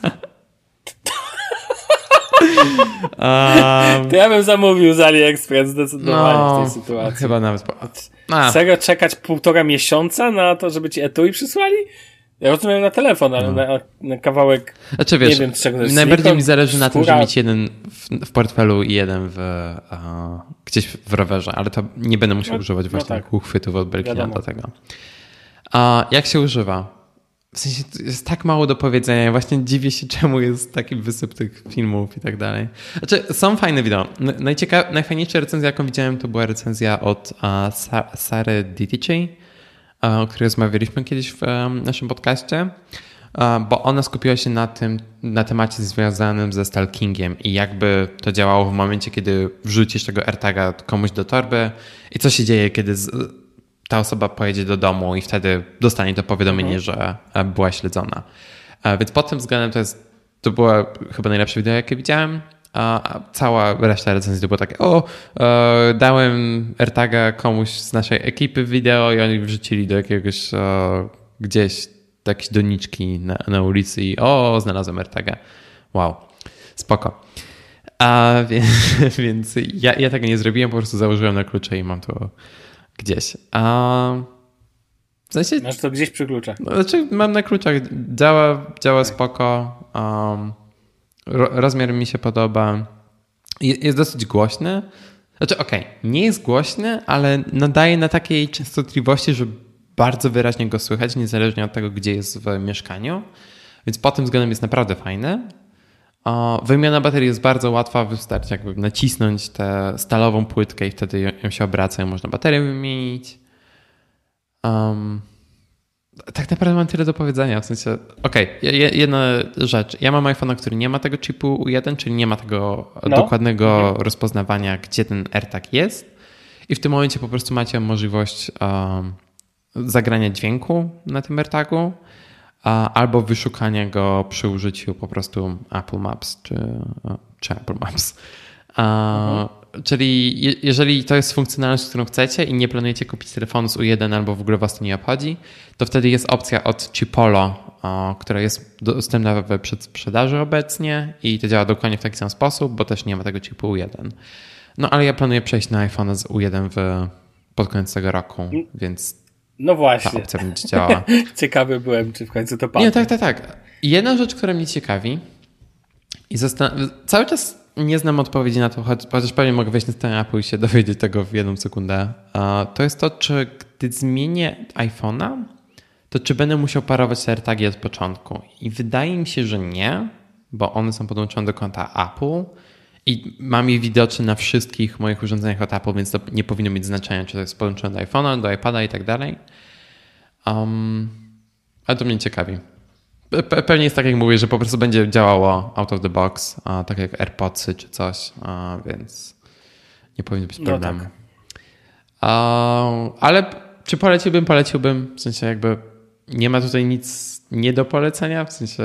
B: um, to ja bym zamówił z AliExpress zdecydowanie no, w tej sytuacji.
A: Chyba nawet. Po...
B: Serio czekać półtora miesiąca na to, żeby ci etui przysłali? Ja rozumiem na telefon, ale no. na, na kawałek
A: znaczy, wiesz,
B: nie wiem, czego to jest.
A: Najbardziej
B: Nikon,
A: mi zależy na tym,
B: skóra.
A: żeby mieć jeden w, w portfelu i jeden w, uh, gdzieś w rowerze, ale to nie będę musiał no, używać właśnie no tak. uchwytów od Belkina do tego. A uh, jak się używa? W sensie jest tak mało do powiedzenia. Ja właśnie dziwię się, czemu jest taki wysyp tych filmów i tak dalej. Znaczy, są fajne wideo. Najcieka- najfajniejsza recenzja, jaką widziałem, to była recenzja od uh, Sa- Sary Ditici, o której rozmawialiśmy kiedyś w naszym podcaście, bo ona skupiła się na tym, na temacie związanym ze stalkingiem i jakby to działało w momencie, kiedy wrzucisz tego AirTaga komuś do torby i co się dzieje, kiedy z, ta osoba pojedzie do domu i wtedy dostanie to powiadomienie, mhm. że była śledzona. Więc pod tym względem to jest, to było chyba najlepsze wideo, jakie widziałem. A cała reszta recenzji to było takie, o, e, dałem AirTaga komuś z naszej ekipy wideo i oni wrzucili do jakiegoś e, gdzieś do jakiejś doniczki na, na ulicy i o, znalazłem AirTaga. Wow, spoko. A, więc więc ja, ja tego nie zrobiłem, po prostu założyłem na klucze i mam to gdzieś. A, w sensie,
B: masz to gdzieś przy kluczach?
A: Znaczy mam na kluczach, działa, działa spoko. Um, Rozmiar mi się podoba. Jest dosyć głośny. Znaczy okej, okay, nie jest głośny, ale nadaje na takiej częstotliwości, że bardzo wyraźnie go słychać, niezależnie od tego, gdzie jest w mieszkaniu. Więc pod tym względem jest naprawdę fajny. Wymiana baterii jest bardzo łatwa. Wystarczy jakby nacisnąć tę stalową płytkę i wtedy ją się obraca i można baterię wymienić. Um, Tak naprawdę mam tyle do powiedzenia, w sensie, okej, okay, jedna rzecz, ja mam iPhone'a, który nie ma tego chipu U jeden, czyli nie ma tego no. dokładnego mhm. rozpoznawania, gdzie ten AirTag jest i w tym momencie po prostu macie możliwość um, zagrania dźwięku na tym AirTagu um, albo wyszukania go przy użyciu po prostu Apple Maps czy, czy Apple Maps. Um, mhm. Czyli je, jeżeli to jest funkcjonalność, którą chcecie i nie planujecie kupić telefonu z U jeden albo w ogóle was to nie obchodzi, to wtedy jest opcja od Chipolo, o, która jest dostępna we przedsprzedaży obecnie i to działa dokładnie w taki sam sposób, bo też nie ma tego chipu U jeden. No ale ja planuję przejść na iPhone z U jeden w, pod koniec tego roku, mm. więc
B: No właśnie.
A: ta opcja będzie działała.
B: Ciekawy byłem, czy w końcu to padnie.
A: Nie, tak, tak, tak. Jedna rzecz, która mnie ciekawi i zastan- cały czas nie znam odpowiedzi na to, chociaż pewnie mogę wejść na stronę Apple i się dowiedzieć tego w jedną sekundę. To jest to, czy gdy zmienię iPhone'a, to czy będę musiał parować te AirTagi od początku. I wydaje mi się, że nie, bo one są podłączone do konta Apple i mam je widoczne na wszystkich moich urządzeniach od Apple, więc to nie powinno mieć znaczenia, czy to jest podłączone do iPhone'a, do iPada i tak dalej. Um, ale to mnie ciekawi. Pe- pewnie jest tak, jak mówię, że po prostu będzie działało out of the box, a, tak jak AirPodsy czy coś, a, więc nie powinno być problemu. No tak. a, ale czy poleciłbym? Poleciłbym. W sensie jakby nie ma tutaj nic nie do polecenia, w sensie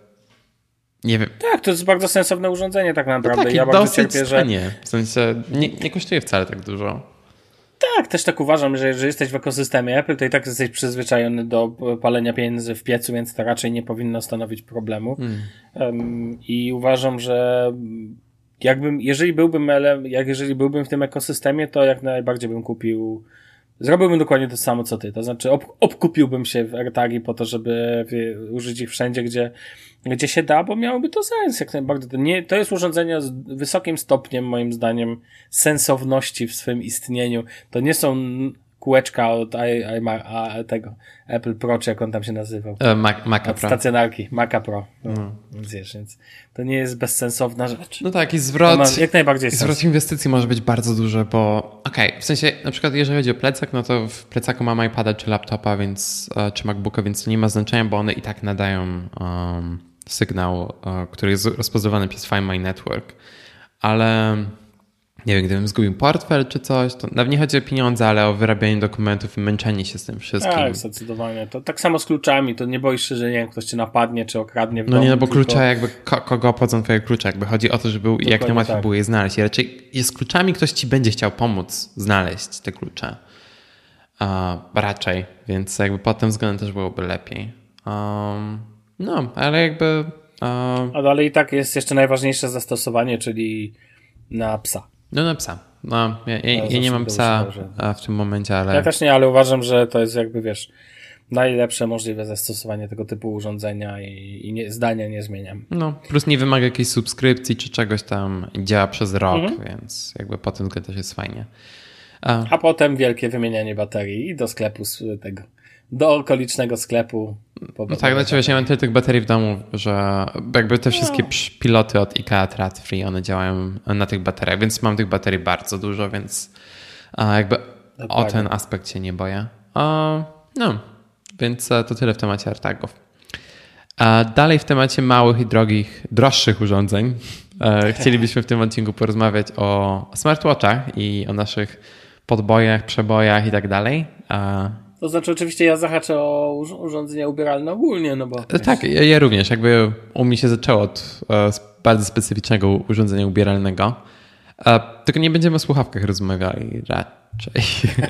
A: nie wiem.
B: Tak, to jest bardzo sensowne urządzenie tak naprawdę.
A: No tak,
B: ja bardzo cierpię, że
A: nie. W sensie nie, nie kosztuje wcale tak dużo.
B: Tak, też tak uważam, że jeżeli jesteś w ekosystemie Apple, to i tak jesteś przyzwyczajony do palenia pieniędzy w piecu, więc to raczej nie powinno stanowić problemu. Hmm. Um, I uważam, że jakbym, jeżeli byłbym, jak jeżeli byłbym w tym ekosystemie, to jak najbardziej bym kupił, zrobiłbym dokładnie to samo co ty. To znaczy ob, obkupiłbym się w AirTagi po to, żeby użyć ich wszędzie, gdzie, gdzie się da, bo miałoby to sens jak najbardziej. To, nie, to jest urządzenie z wysokim stopniem, moim zdaniem, sensowności w swym istnieniu. To nie są kółeczka od I, I, a, tego Apple Pro, czy jak on tam się nazywał.
A: E, Mac, Maca Pro.
B: Stacjonarki, Maca Pro. No, mm. więc, wiesz, więc to nie jest bezsensowna rzecz.
A: No tak, i zwrot,
B: ma jak najbardziej
A: i zwrot inwestycji może być bardzo duży, bo okej, okay, w sensie na przykład jeżeli chodzi o plecak, no to w plecaku mam iPada czy laptopa, więc, czy MacBooka, więc to nie ma znaczenia, bo one i tak nadają um, sygnał, uh, który jest rozpoznawany przez Find My Network. Ale nie wiem, gdybym zgubił portfel czy coś, to nawet nie chodzi o pieniądze, ale o wyrabianie dokumentów i męczenie się z tym wszystkim.
B: Tak, zdecydowanie. To tak samo z kluczami, to nie boisz się, że nie wiem, ktoś cię napadnie czy okradnie w
A: No
B: domu,
A: nie, no bo
B: tylko...
A: klucza jakby, ko- kogo obchodzą twoje klucze? Jakby chodzi o to, żeby Dokładnie jak najłatwiej tak. było je znaleźć. I raczej z kluczami ktoś ci będzie chciał pomóc znaleźć te klucze. Uh, raczej, więc jakby pod tym względem też byłoby lepiej. Um, no, ale jakby... Uh...
B: A dalej i tak jest jeszcze najważniejsze zastosowanie, czyli na psa.
A: No na psa. No, ja, ja, ja nie mam psa używał, w tym momencie, ale...
B: Ja też nie, ale uważam, że to jest jakby, wiesz, najlepsze możliwe zastosowanie tego typu urządzenia i, i nie, zdania nie zmieniam.
A: No, plus nie wymaga jakiejś subskrypcji czy czegoś tam, działa przez rok, mhm. więc jakby po tym względem też jest fajnie.
B: A... A potem wielkie wymienianie baterii i do sklepu z tego, do okolicznego sklepu.
A: No tak, znaczy ja mam tyle tych baterii w domu, że jakby te wszystkie no. piloty od IKEA Thread-Free, one działają na tych bateriach, więc mam tych baterii bardzo dużo, więc jakby tak o ten aspekt się nie boję. No, więc to tyle w temacie AirTagów. Dalej w temacie małych i drogich, droższych urządzeń. Chcielibyśmy w tym odcinku porozmawiać o smartwatchach i o naszych podbojach, przebojach i tak dalej.
B: To znaczy oczywiście ja zahaczę o urządzenia ubieralne ogólnie, no bo...
A: Tak, ja, ja również. Jakby u mnie się zaczęło od e, bardzo specyficznego urządzenia ubieralnego. E, tylko nie będziemy o słuchawkach rozmawiali raczej.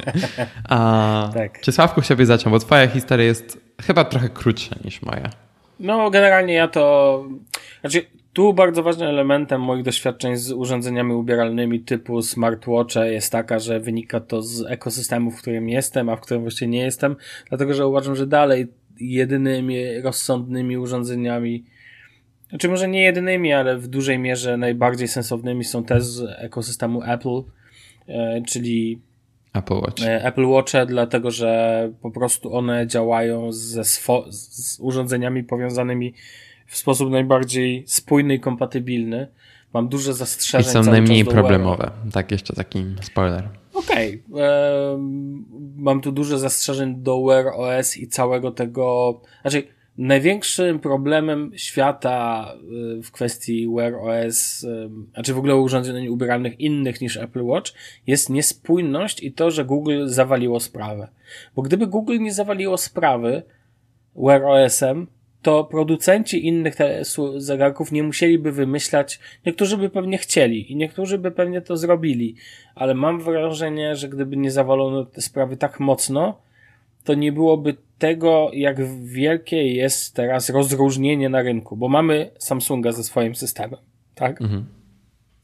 A: A, tak. Czy Sławku chciałbyś zacząć? Bo twoja historia jest chyba trochę krótsza niż moja.
B: No generalnie ja to... Znaczy tu bardzo ważnym elementem moich doświadczeń z urządzeniami ubieralnymi typu smartwatche jest taka, że wynika to z ekosystemu, w którym jestem, a w którym właściwie nie jestem, dlatego że uważam, że dalej jedynymi rozsądnymi urządzeniami, znaczy może nie jedynymi, ale w dużej mierze najbardziej sensownymi są te z ekosystemu Apple, e, czyli
A: Apple Watch.
B: Apple Watche, dlatego że po prostu one działają ze swo- z urządzeniami powiązanymi w sposób najbardziej spójny i kompatybilny. Mam duże zastrzeżenia.
A: I są najmniej problemowe. Tak, jeszcze taki spoiler.
B: Okej. Okay. Mam tu duże zastrzeżeń do Wear O S i całego tego... Znaczy, największym problemem świata w kwestii Wear O S, znaczy w ogóle urządzeń ubieralnych innych niż Apple Watch, jest niespójność i to, że Google zawaliło sprawę. Bo gdyby Google nie zawaliło sprawy Wear O S-em, to producenci innych te zegarków nie musieliby wymyślać, niektórzy by pewnie chcieli i niektórzy by pewnie to zrobili, ale mam wrażenie, że gdyby nie zawalono te sprawy tak mocno, to nie byłoby tego, jak wielkie jest teraz rozróżnienie na rynku, bo mamy Samsunga ze swoim systemem, tak? Mhm.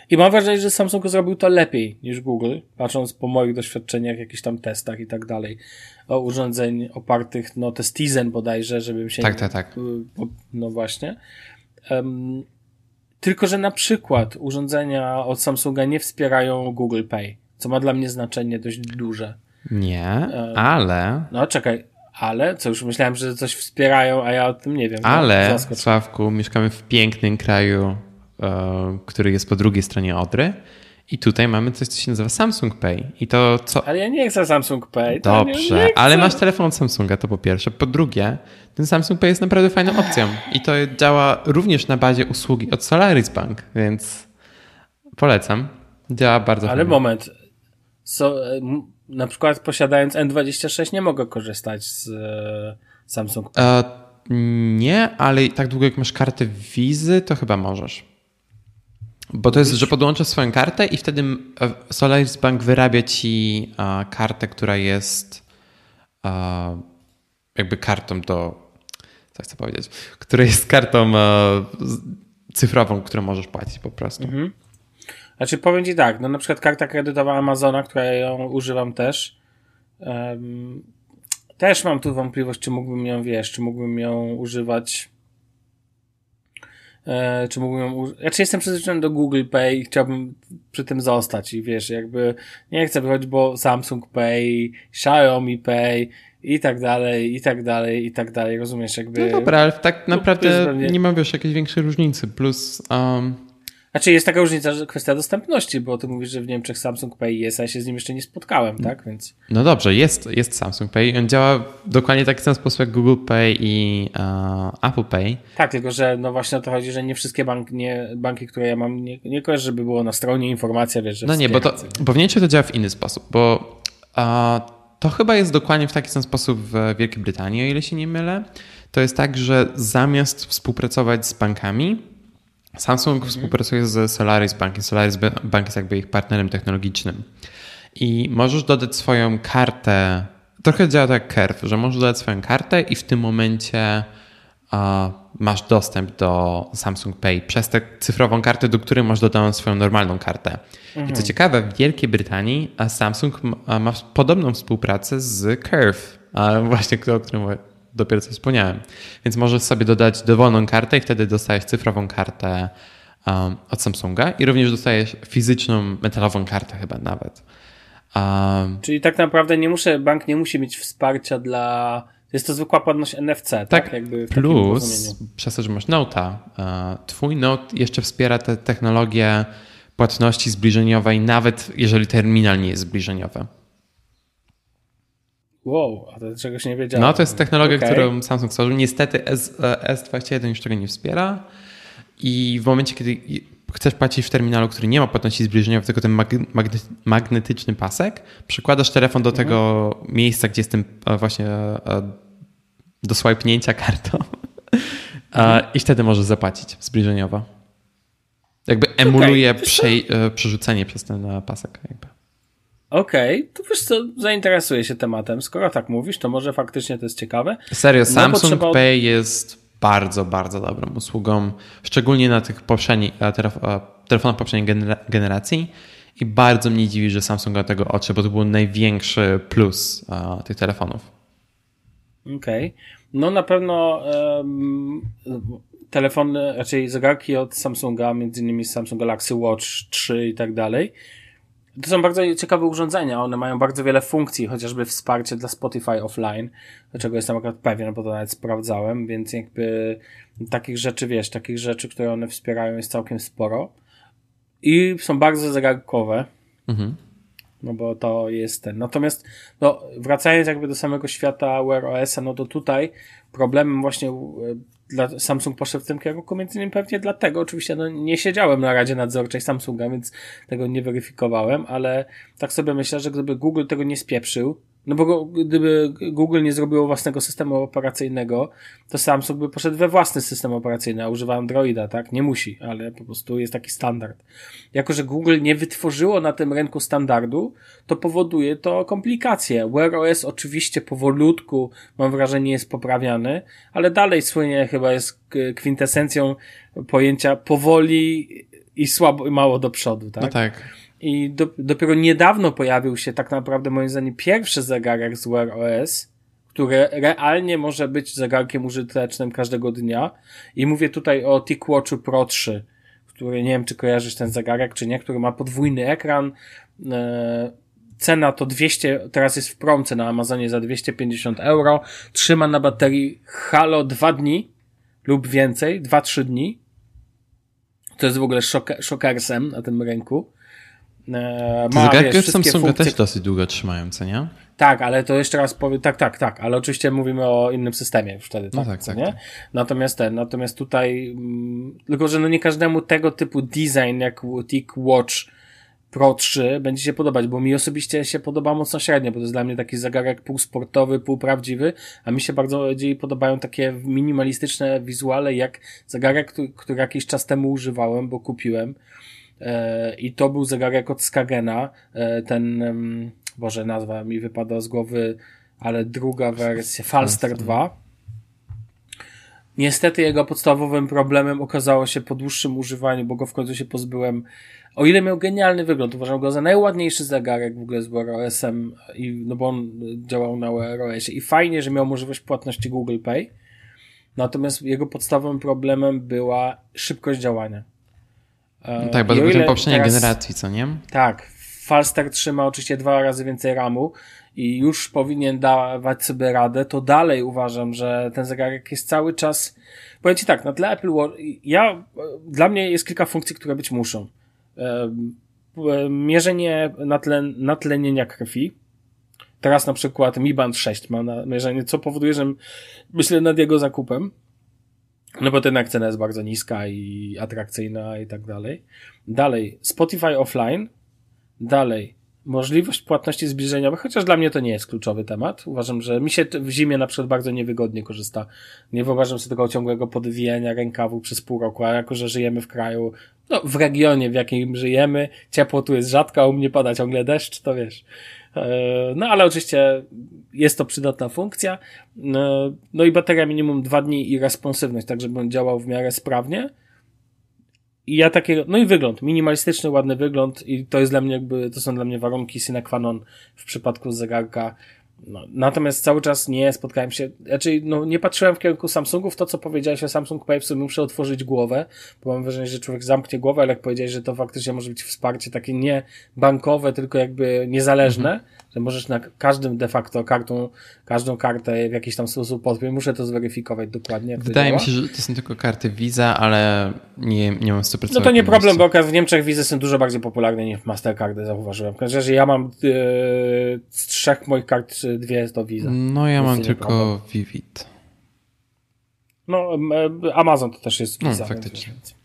B: I mam wrażenie, że Samsung zrobił to lepiej niż Google, patrząc po moich doświadczeniach, jakichś tam testach i tak dalej, o urządzeń opartych, no to jest Tizen bodajże, żebym się...
A: Tak, tak, tak.
B: No właśnie. Um, tylko, że na przykład urządzenia od Samsunga nie wspierają Google Pay, co ma dla mnie znaczenie dość duże.
A: Nie, um, ale...
B: No czekaj, ale? Co, już myślałem, że coś wspierają, a ja o tym nie wiem.
A: Ale, no, Sławku, mieszkamy w pięknym kraju, który jest po drugiej stronie Odry i tutaj mamy coś, co się nazywa Samsung Pay. I to co...
B: Ale ja nie chcę Samsung Pay.
A: Dobrze,
B: nie, nie
A: ale masz telefon od Samsunga, to po pierwsze. Po drugie, ten Samsung Pay jest naprawdę fajną opcją i to działa również na bazie usługi od Solaris Bank, więc polecam. Działa bardzo
B: Ale
A: fajnie.
B: moment. So, na przykład posiadając N dwadzieścia sześć nie mogę korzystać z e, Samsung Pay.
A: E, nie, ale tak długo jak masz kartę Wizy, to chyba możesz. Bo to jest, że podłączasz swoją kartę i wtedy Solaris Bank wyrabia ci uh, kartę, która jest uh, jakby kartą do, co chcę powiedzieć, która jest kartą uh, cyfrową, którą możesz płacić po prostu.
B: Mhm. Znaczy powiem ci tak, no na przykład karta kredytowa Amazona, która ją używam też, um, też mam tu wątpliwość, czy mógłbym ją, wiesz, czy mógłbym ją używać E, czy mógłbym ją użyć? Znaczy jestem przyzwyczajony do Google Pay i chciałbym przy tym zostać i wiesz, jakby nie chcę wychodzić, bo Samsung Pay, Xiaomi Pay i tak dalej, i tak dalej, i tak dalej, rozumiesz, jakby...
A: No dobra, ale tak naprawdę
B: pewnie...
A: nie ma, wiesz, jakiejś większej różnicy, plus... Um...
B: Znaczy jest taka różnica, że kwestia dostępności, bo ty mówisz, że w Niemczech Samsung Pay jest, a ja się z nim jeszcze nie spotkałem, tak, więc...
A: No dobrze, jest, jest Samsung Pay, on działa dokładnie tak w ten sposób jak Google Pay i uh, Apple Pay.
B: Tak, tylko że no właśnie o to chodzi, że nie wszystkie bank, nie, banki, które ja mam, nie, nie kojarzę, żeby było na stronie informacja, wiesz, że...
A: No nie, bo, to, bo w Niemczech to działa w inny sposób, bo uh, to chyba jest dokładnie w taki sam sposób w Wielkiej Brytanii, o ile się nie mylę. To jest tak, że zamiast współpracować z bankami, Samsung mhm. współpracuje z Solaris Bank i Solaris Bank jest jakby ich partnerem technologicznym. I możesz dodać swoją kartę, trochę działa tak jak Curve, że możesz dodać swoją kartę i w tym momencie uh, masz dostęp do Samsung Pay przez tę cyfrową kartę, do której masz dodaną swoją normalną kartę. Mhm. I co ciekawe, w Wielkiej Brytanii Samsung ma podobną współpracę z Curve, właśnie o którym dopiero co wspomniałem. Więc możesz sobie dodać dowolną kartę i wtedy dostajesz cyfrową kartę um, od Samsunga i również dostajesz fizyczną, metalową kartę chyba nawet. Um,
B: Czyli tak naprawdę nie muszę, bank nie musi mieć wsparcia dla... Jest to zwykła płatność N F C, tak?
A: Tak,
B: jakby w
A: plus przez to, że masz Note'a, twój Note jeszcze wspiera tę technologię płatności zbliżeniowej, nawet jeżeli terminal nie jest zbliżeniowy.
B: Wow, a to czegoś nie wiedziałem.
A: No to jest technologia,
B: okay.
A: którą Samsung stworzył. Niestety S dwadzieścia jeden już tego nie wspiera i w momencie, kiedy chcesz płacić w terminalu, który nie ma płatności zbliżeniowej, tylko ten magne- magnetyczny pasek, przykładasz telefon do mhm. tego miejsca, gdzie jest ten właśnie do swajpnięcia kartą mhm. i wtedy możesz zapłacić zbliżeniowo. Jakby emuluje okay. prze- przerzucenie przez ten pasek. Jakby.
B: Okej, okay. to wiesz co, zainteresuję się tematem. Skoro tak mówisz, to może faktycznie to jest ciekawe.
A: Serio,
B: no,
A: Samsung
B: potrzeba...
A: Pay jest bardzo, bardzo dobrą usługą, szczególnie na tych poprzednich, telefonach poprzedniej generacji i bardzo mnie dziwi, że Samsung od tego odszedł, bo to był największy plus uh, tych telefonów.
B: Okej. Okay. No na pewno um, telefony, raczej zegarki od Samsunga, między innymi Samsung Galaxy Watch trzy i tak dalej. To są bardzo ciekawe urządzenia, one mają bardzo wiele funkcji, chociażby wsparcie dla Spotify offline, do czego jestem akurat pewien, bo to nawet sprawdzałem, więc jakby takich rzeczy, wiesz, takich rzeczy, które one wspierają jest całkiem sporo i są bardzo zegarkowe, mhm. no bo to jest ten. Natomiast no, wracając jakby do samego świata Wear O S a, no to tutaj problemem właśnie dla Samsung poszedł w tym kierunku, między innymi pewnie dlatego, oczywiście no, nie siedziałem na Radzie Nadzorczej Samsunga, więc tego nie weryfikowałem, ale tak sobie myślę, że gdyby Google tego nie spieprzył, no bo gdyby Google nie zrobiło własnego systemu operacyjnego, to Samsung by poszedł we własny system operacyjny, a używa Androida, tak? Nie musi, ale po prostu jest taki standard. Jako że Google nie wytworzyło na tym rynku standardu, to powoduje to komplikacje. Wear O S oczywiście powolutku, mam wrażenie, jest poprawiany, ale dalej słynie chyba jest kwintesencją pojęcia powoli i słabo, i mało do przodu, tak?
A: No tak.
B: I do, dopiero niedawno pojawił się tak naprawdę moim zdaniem pierwszy zegarek z Wear O S, który realnie może być zegarkiem użytecznym każdego dnia. I mówię tutaj o TicWatchu Pro trzy, który nie wiem, czy kojarzysz ten zegarek, czy nie, który ma podwójny ekran. E, cena to dwieście, teraz jest w promce na Amazonie za dwieście pięćdziesiąt euro. Trzyma na baterii Halo dwa dni lub więcej, dwa trzy dni. To jest w ogóle szok- szokersem na tym rynku. E,
A: Te zegarki od Samsunga
B: funkcje...
A: też dosyć długo trzymają, co nie?
B: Tak, ale to jeszcze raz powiem, tak, tak, tak, ale oczywiście mówimy o innym systemie już wtedy, tak,
A: no tak,
B: co
A: tak,
B: nie?
A: tak.
B: Natomiast ten, natomiast tutaj, mm, tylko że no nie każdemu tego typu design jak TicWatch Pro trzy będzie się podobać, bo mi osobiście się podoba mocno średnio, bo to jest dla mnie taki zegarek półsportowy, półprawdziwy, a mi się bardzo bardziej podobają takie minimalistyczne wizuale jak zegarek, który, który jakiś czas temu używałem, bo kupiłem. I to był zegarek od Skagena, ten, Boże, nazwa mi wypada z głowy, ale druga wersja, Falster dwa. Niestety jego podstawowym problemem okazało się po dłuższym używaniu, bo go w końcu się pozbyłem. O ile miał genialny wygląd, uważam go za najładniejszy zegarek w ogóle z Wear O S-em, i, no bo on działał na Wear O S-ie i fajnie, że miał możliwość płatności Google Pay. Natomiast jego podstawowym problemem była szybkość działania.
A: No tak, bo to był ten poprzedniej teraz, generacji, co nie?
B: Tak. Falster trzyma oczywiście dwa razy więcej ramu i już powinien dawać sobie radę, to dalej uważam, że ten zegarek jest cały czas... Powiem ci tak, na tle Apple Watch... Ja, dla mnie jest kilka funkcji, które być muszą. Mierzenie natlen, natlenienia krwi. Teraz na przykład Mi Band sześć ma na mierzenie, co powoduje, że myślę nad jego zakupem. No bo ten cena jest bardzo niska i atrakcyjna i tak dalej. Dalej, Spotify offline. Dalej, możliwość płatności zbliżeniowych, chociaż dla mnie to nie jest kluczowy temat. Uważam, że mi się w zimie na przykład bardzo niewygodnie korzysta. Nie wyobrażam sobie tego ciągłego podwijania rękawu przez pół roku, a jako, że żyjemy w kraju, no w regionie, w jakim żyjemy, ciepło tu jest rzadko, a u mnie pada ciągle deszcz, to wiesz. No ale oczywiście jest to przydatna funkcja. No i bateria minimum dwa dni i responsywność, tak żeby on działał w miarę sprawnie. I ja takiego, no i wygląd, minimalistyczny, ładny wygląd i to jest dla mnie jakby, to są dla mnie warunki sine qua non w przypadku zegarka. No, natomiast cały czas nie spotkałem się, znaczy no nie patrzyłem w kierunku Samsungów, to co powiedziałeś o Samsung Pay, w sumie muszę otworzyć głowę, bo mam wrażenie, że człowiek zamknie głowę, ale jak powiedziałeś, że to faktycznie może być wsparcie takie nie bankowe, tylko jakby niezależne, mhm. że możesz na każdym de facto kartą, każdą kartę w jakiś tam sposób podpiąć, muszę to zweryfikować dokładnie.
A: Wydaje mi się, że to są tylko karty Visa, ale nie, nie mam sto procent.
B: No to nie problem, bo w Niemczech Visa są dużo bardziej popularne niż Mastercardy, zauważyłem. W każdym razie ja mam yy, z trzech moich kart dwie to Visa.
A: No ja mam tylko Vivid.
B: No Amazon to też jest Visa.
A: No, faktycznie.
B: Więc...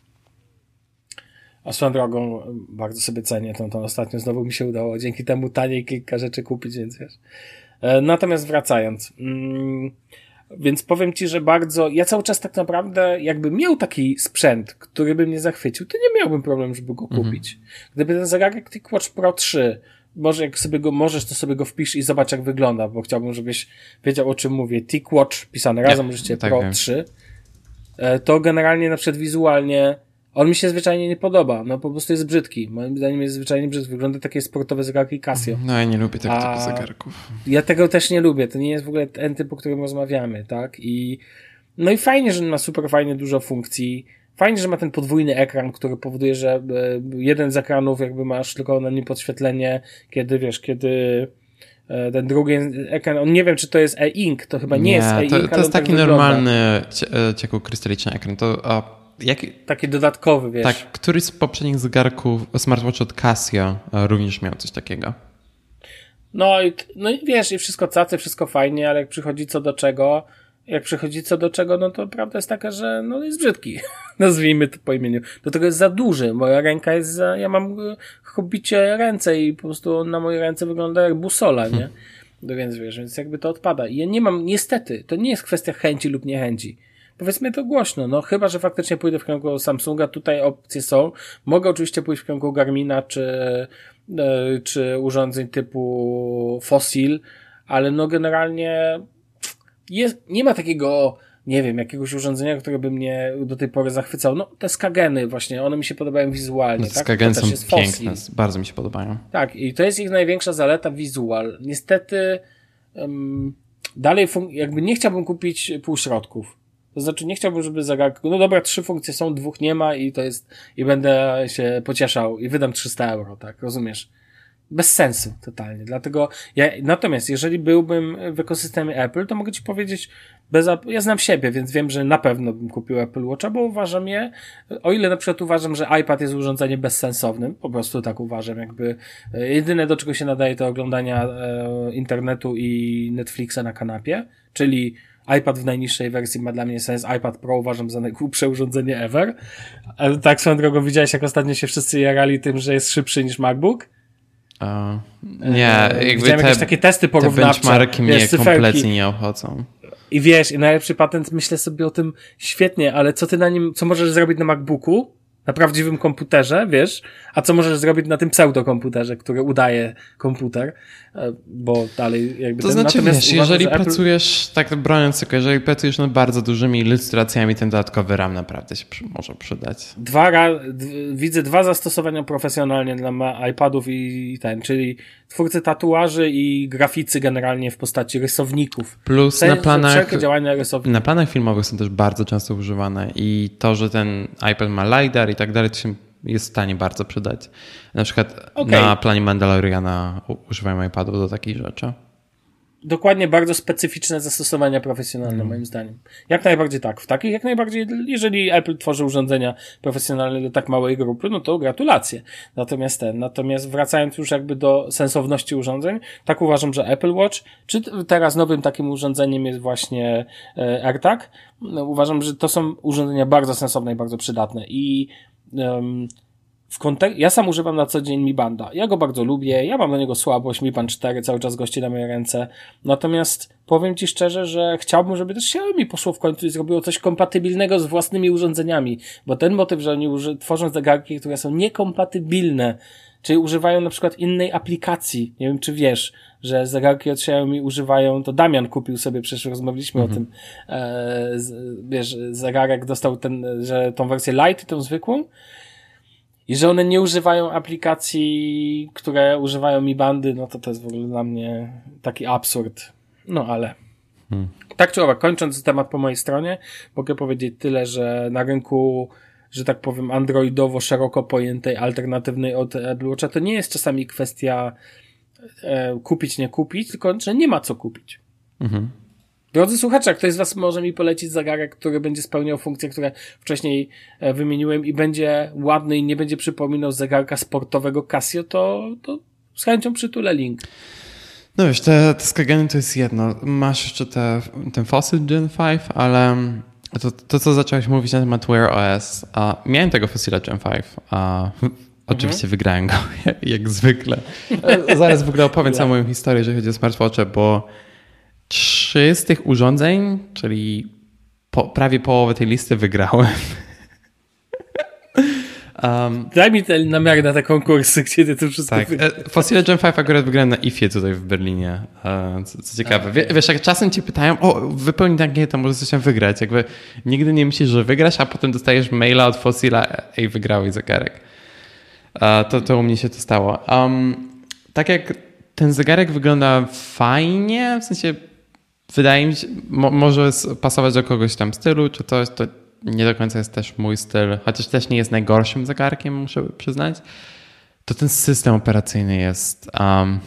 B: A swoją drogą bardzo sobie cenię tą, tą ostatnio znowu mi się udało dzięki temu taniej kilka rzeczy kupić, więc wiesz. Natomiast wracając, mm, więc powiem ci, że bardzo, ja cały czas tak naprawdę jakbym miał taki sprzęt, który by mnie zachwycił, to nie miałbym problemu, żeby go kupić. Mhm. Gdyby ten zegarek TicWatch Pro trzy, może jak sobie go możesz, to sobie go wpisz i zobacz jak wygląda, bo chciałbym, żebyś wiedział o czym mówię. TicWatch pisane razem, ja, możecie tak Pro wiem. trzy. To generalnie na przykład wizualnie on mi się zwyczajnie nie podoba. No po prostu jest brzydki. Moim zdaniem jest zwyczajnie brzydki. Wygląda takie sportowe zegarki Casio.
A: No ja nie lubię tego typu zegarków.
B: Ja tego też nie lubię. To nie jest w ogóle ten typ, o którym rozmawiamy, tak? I no i fajnie, że ma super fajnie dużo funkcji. Fajnie, że ma ten podwójny ekran, który powoduje, że jeden z ekranów jakby masz tylko na nim podświetlenie, kiedy wiesz, kiedy ten drugi ekran, on nie wiem, czy to jest e-ink, to chyba nie, nie jest e-ink,
A: to, to jest taki tak normalny ciekłokrystaliczny ekran. To a, jak...
B: taki dodatkowy, wiesz.
A: Tak, któryś z poprzednich zegarków smartwatch od Casio również miał coś takiego.
B: No i, no i wiesz, i wszystko cacy, wszystko fajnie, ale jak przychodzi co do czego, jak przychodzi co do czego, no to prawda jest taka, że no jest brzydki. Nazwijmy to po imieniu. Do tego jest za duży. Moja ręka jest za, ja mam hobbicie ręce i po prostu on na mojej ręce wygląda jak busola, nie? Hmm. No więc wiesz, więc jakby to odpada. I ja nie mam, niestety, to nie jest kwestia chęci lub niechęci. Powiedzmy to głośno, no chyba, że faktycznie pójdę w kierunku Samsunga, tutaj opcje są. Mogę oczywiście pójść w kierunku Garmina, czy, yy, czy urządzeń typu Fossil, ale no generalnie jest, nie ma takiego nie wiem, jakiegoś urządzenia, które by mnie do tej pory zachwycało. No, te skageny właśnie, one mi się podobają wizualnie.
A: No,
B: tak?
A: skageny są piękne, bardzo mi się podobają.
B: Tak, i to jest ich największa zaleta, wizual. Niestety um, dalej fun- jakby nie chciałbym kupić półśrodków. To znaczy nie chciałbym, żeby zegarek, no dobra, trzy funkcje są, dwóch nie ma i to jest, i będę się pocieszał i wydam trzysta euro, tak, rozumiesz? Bez sensu, totalnie. Dlatego ja, natomiast jeżeli byłbym w ekosystemie Apple, to mogę ci powiedzieć, bez, ja znam siebie, więc wiem, że na pewno bym kupił Apple Watcha, bo uważam je, o ile na przykład uważam, że iPad jest urządzeniem bezsensownym, po prostu tak uważam, jakby jedyne do czego się nadaje to oglądania e, internetu i Netflixa na kanapie, czyli iPad w najniższej wersji ma dla mnie sens. iPad Pro uważam za najgłupsze urządzenie ever. Ale tak swoją drogą widziałeś, jak ostatnio się wszyscy jarali tym, że jest szybszy niż MacBook?
A: Uh, nie, jakby
B: widziałem
A: te,
B: jakieś takie testy porównawcze.
A: Te benchmarki mnie
B: wiesz,
A: kompletnie nie obchodzą.
B: I wiesz, i najlepszy patent, myślę sobie o tym świetnie, ale co ty na nim, co możesz zrobić na MacBooku? Na prawdziwym komputerze, wiesz? A co możesz zrobić na tym pseudokomputerze, który udaje komputer? Bo dalej jakby...
A: To
B: ten,
A: znaczy,
B: natomiast
A: wiesz,
B: uważam,
A: jeżeli
B: Apple...
A: pracujesz, tak broniąc tylko, jeżeli pracujesz nad bardzo dużymi ilustracjami, ten dodatkowy RAM naprawdę się przy, może przydać.
B: Dwa, d- widzę dwa zastosowania profesjonalnie dla ma- iPadów i, i ten, czyli twórcy tatuaży i graficy generalnie w postaci rysowników.
A: Plus
B: Sen,
A: na planach,
B: wszelkie działania rysowników.
A: na planach filmowych są też bardzo często używane i to, że ten iPad ma LiDAR i tak dalej, to się jest w stanie bardzo przydać. Na przykład okay. na planie Mandaloriana używają iPadów do takich rzeczy.
B: Dokładnie, bardzo specyficzne zastosowania profesjonalne, mm. moim zdaniem. Jak najbardziej tak. W takich jak najbardziej, jeżeli Apple tworzy urządzenia profesjonalne do tak małej grupy, no to gratulacje. Natomiast ten, natomiast wracając już jakby do sensowności urządzeń, tak uważam, że Apple Watch, czy teraz nowym takim urządzeniem jest właśnie e, AirTag, no, uważam, że to są urządzenia bardzo sensowne i bardzo przydatne. I um, w kontek- ja sam używam na co dzień Mi Banda. Ja go bardzo lubię, ja mam do niego słabość, Mi Band cztery cały czas gości na moje ręce. Natomiast powiem ci szczerze, że chciałbym, żeby też Xiaomi poszło w końcu i zrobiło coś kompatybilnego z własnymi urządzeniami. Bo ten motyw, że oni uży- tworzą zegarki, które są niekompatybilne, czyli używają na przykład innej aplikacji. Nie wiem, czy wiesz, że zegarki od Xiaomi używają, to Damian kupił sobie, przecież rozmawialiśmy mhm. o tym, e, z, wiesz, zegarek dostał ten, że tą wersję Lite, tą zwykłą, i że one nie używają aplikacji, które używają Mi Bandy, no to to jest w ogóle dla mnie taki absurd. No ale hmm. tak czy owak, kończąc temat po mojej stronie, mogę powiedzieć tyle, że na rynku, że tak powiem, androidowo szeroko pojętej, alternatywnej od Apple Watcha, to nie jest czasami kwestia e, kupić, nie kupić, tylko że nie ma co kupić. Mhm. Drodzy słuchacze, jak ktoś z was może mi polecić zegarek, który będzie spełniał funkcje, które wcześniej wymieniłem i będzie ładny i nie będzie przypominał zegarka sportowego Casio, to, to z chęcią przytulę link.
A: No wiesz, te, te skageny to jest jedno. Masz jeszcze te, ten Fossil Gen pięć, ale to, to co zacząłeś mówić na temat Wear O S, a miałem tego Fossila Gen pięć, a oczywiście mhm. wygrałem go, jak, jak zwykle. Zaraz w ogóle opowiem całą moją historię, jeżeli chodzi o smartwatche, bo trzy z tych urządzeń, czyli po, prawie połowę tej listy wygrałem. um,
B: Daj mi te namiary na te konkursy, gdzie ty to wszystko
A: tak. wygrałeś. Fossil Gen pięć akurat wygrałem na I F ie tutaj w Berlinie. Co, co ciekawe. Wie, wiesz, jak czasem cię pytają, o, wypełnij ankietę, może coś tam wygrać. Jakby nigdy nie myślisz, że wygrasz, a potem dostajesz maila od Fossila, ej, wygrałeś zegarek. To, to u mnie się to stało. Um, tak jak ten zegarek wygląda fajnie, w sensie wydaje mi się, mo- może pasować do kogoś tam stylu, czy coś, to nie do końca jest też mój styl, chociaż też nie jest najgorszym zegarkiem, muszę przyznać, to ten system operacyjny jest... Um,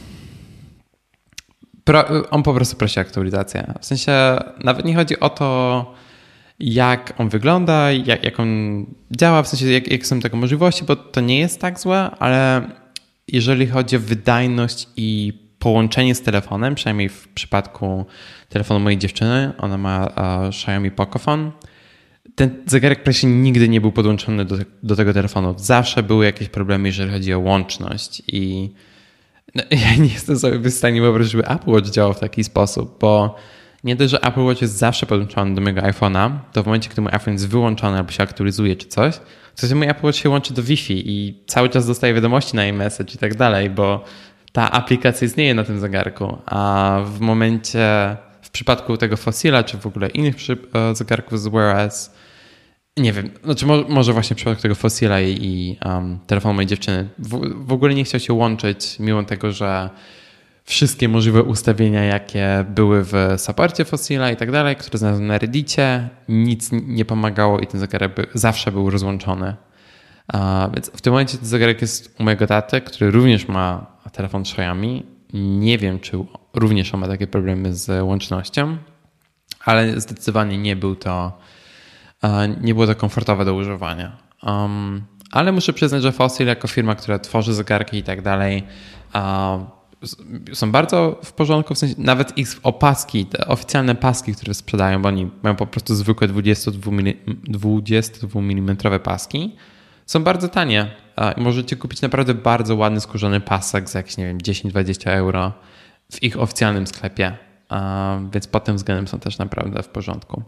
A: pro, on po prostu prosi aktualizację. W sensie nawet nie chodzi o to, jak on wygląda, jak, jak on działa, w sensie jak, jak są tego możliwości, bo to nie jest tak złe, ale jeżeli chodzi o wydajność i połączenie z telefonem, przynajmniej w przypadku telefonu mojej dziewczyny, ona ma uh, Xiaomi Pocophone, ten zegarek praktycznie nigdy nie był podłączony do, do tego telefonu. Zawsze były jakieś problemy, jeżeli chodzi o łączność i no, ja nie jestem sobie w stanie wyobrazić, żeby Apple Watch działał w taki sposób, bo nie dość, że Apple Watch jest zawsze podłączony do mojego iPhone'a, to w momencie, gdy mój iPhone jest wyłączony albo się aktualizuje czy coś, to mój Apple Watch się łączy do Wi-Fi i cały czas dostaje wiadomości na iMessage i tak dalej, bo ta aplikacja istnieje na tym zegarku, a w momencie, w przypadku tego Fossila, czy w ogóle innych przy, zegarków z Wear O S, nie wiem, znaczy mo, może właśnie w przypadku tego Fossila i, i um, telefonu mojej dziewczyny w, w ogóle nie chciał się łączyć, mimo tego, że wszystkie możliwe ustawienia, jakie były w supporcie Fossila i tak dalej, które znalazłem na Reddicie, nic nie pomagało i ten zegarek by, zawsze był rozłączony. Uh, więc w tym momencie ten zegarek jest u mojego taty, który również ma telefon Xiaomi. Nie wiem, czy również on ma takie problemy z łącznością, ale zdecydowanie nie był to uh, nie było to komfortowe do używania. Um, ale muszę przyznać, że Fossil jako firma, która tworzy zegarki i tak dalej, uh, są bardzo w porządku, w sensie nawet ich opaski, te oficjalne paski, które sprzedają, bo oni mają po prostu zwykłe dwudziestodwumilimetrowe paski, są bardzo tanie. Możecie kupić naprawdę bardzo ładny skórzany pasek za jakieś, nie wiem, dziesięć dwadzieścia euro w ich oficjalnym sklepie, więc pod tym względem są też naprawdę w porządku.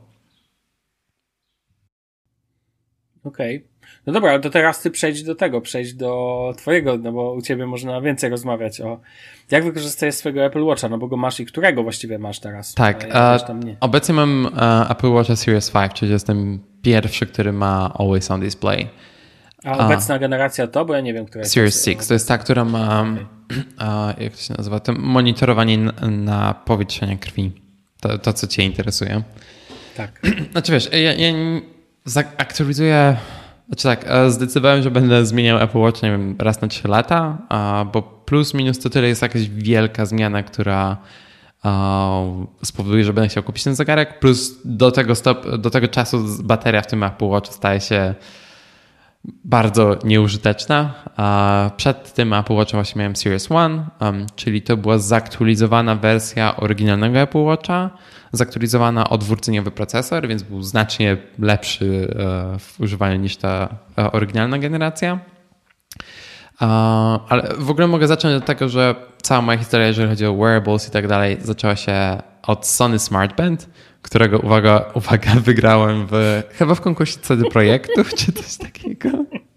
B: Okej. Okay. No dobra, ale to teraz ty przejdź do tego, przejdź do twojego, no bo u ciebie można więcej rozmawiać o jak wykorzystujesz swojego Apple Watcha, no bo go masz i którego właściwie masz teraz?
A: Tak, ja tam nie. Obecnie mam uh, Apple Watcha Series pięć, czyli jestem pierwszy, który ma Always On Display.
B: A obecna A. generacja to? Bo ja nie wiem, która jest.
A: Series six, to jest ta, która ma okay. uh, jak to się nazywa, to monitorowanie na, na powietrzenia krwi. To, to, co cię interesuje.
B: Tak.
A: Znaczy wiesz, ja, ja zaktualizuję. Znaczy tak, zdecydowałem, że będę zmieniał Apple Watch, nie wiem, raz na trzy lata, bo plus minus to tyle jest jakaś wielka zmiana, która spowoduje, że będę chciał kupić ten zegarek, plus do tego, stop, do tego czasu bateria w tym Apple Watch staje się bardzo nieużyteczna. Przed tym Apple Watchem właśnie miałem Series One, czyli to była zaktualizowana wersja oryginalnego Apple Watcha, zaktualizowana o dwurdzeniowy procesor, więc był znacznie lepszy w używaniu niż ta oryginalna generacja. Ale w ogóle mogę zacząć od tego, że cała moja historia, jeżeli chodzi o wearables i tak dalej, zaczęła się od Sony Smartband, którego, uwaga, uwaga, wygrałem w, chyba w konkursie C D Projektów, czy coś takiego.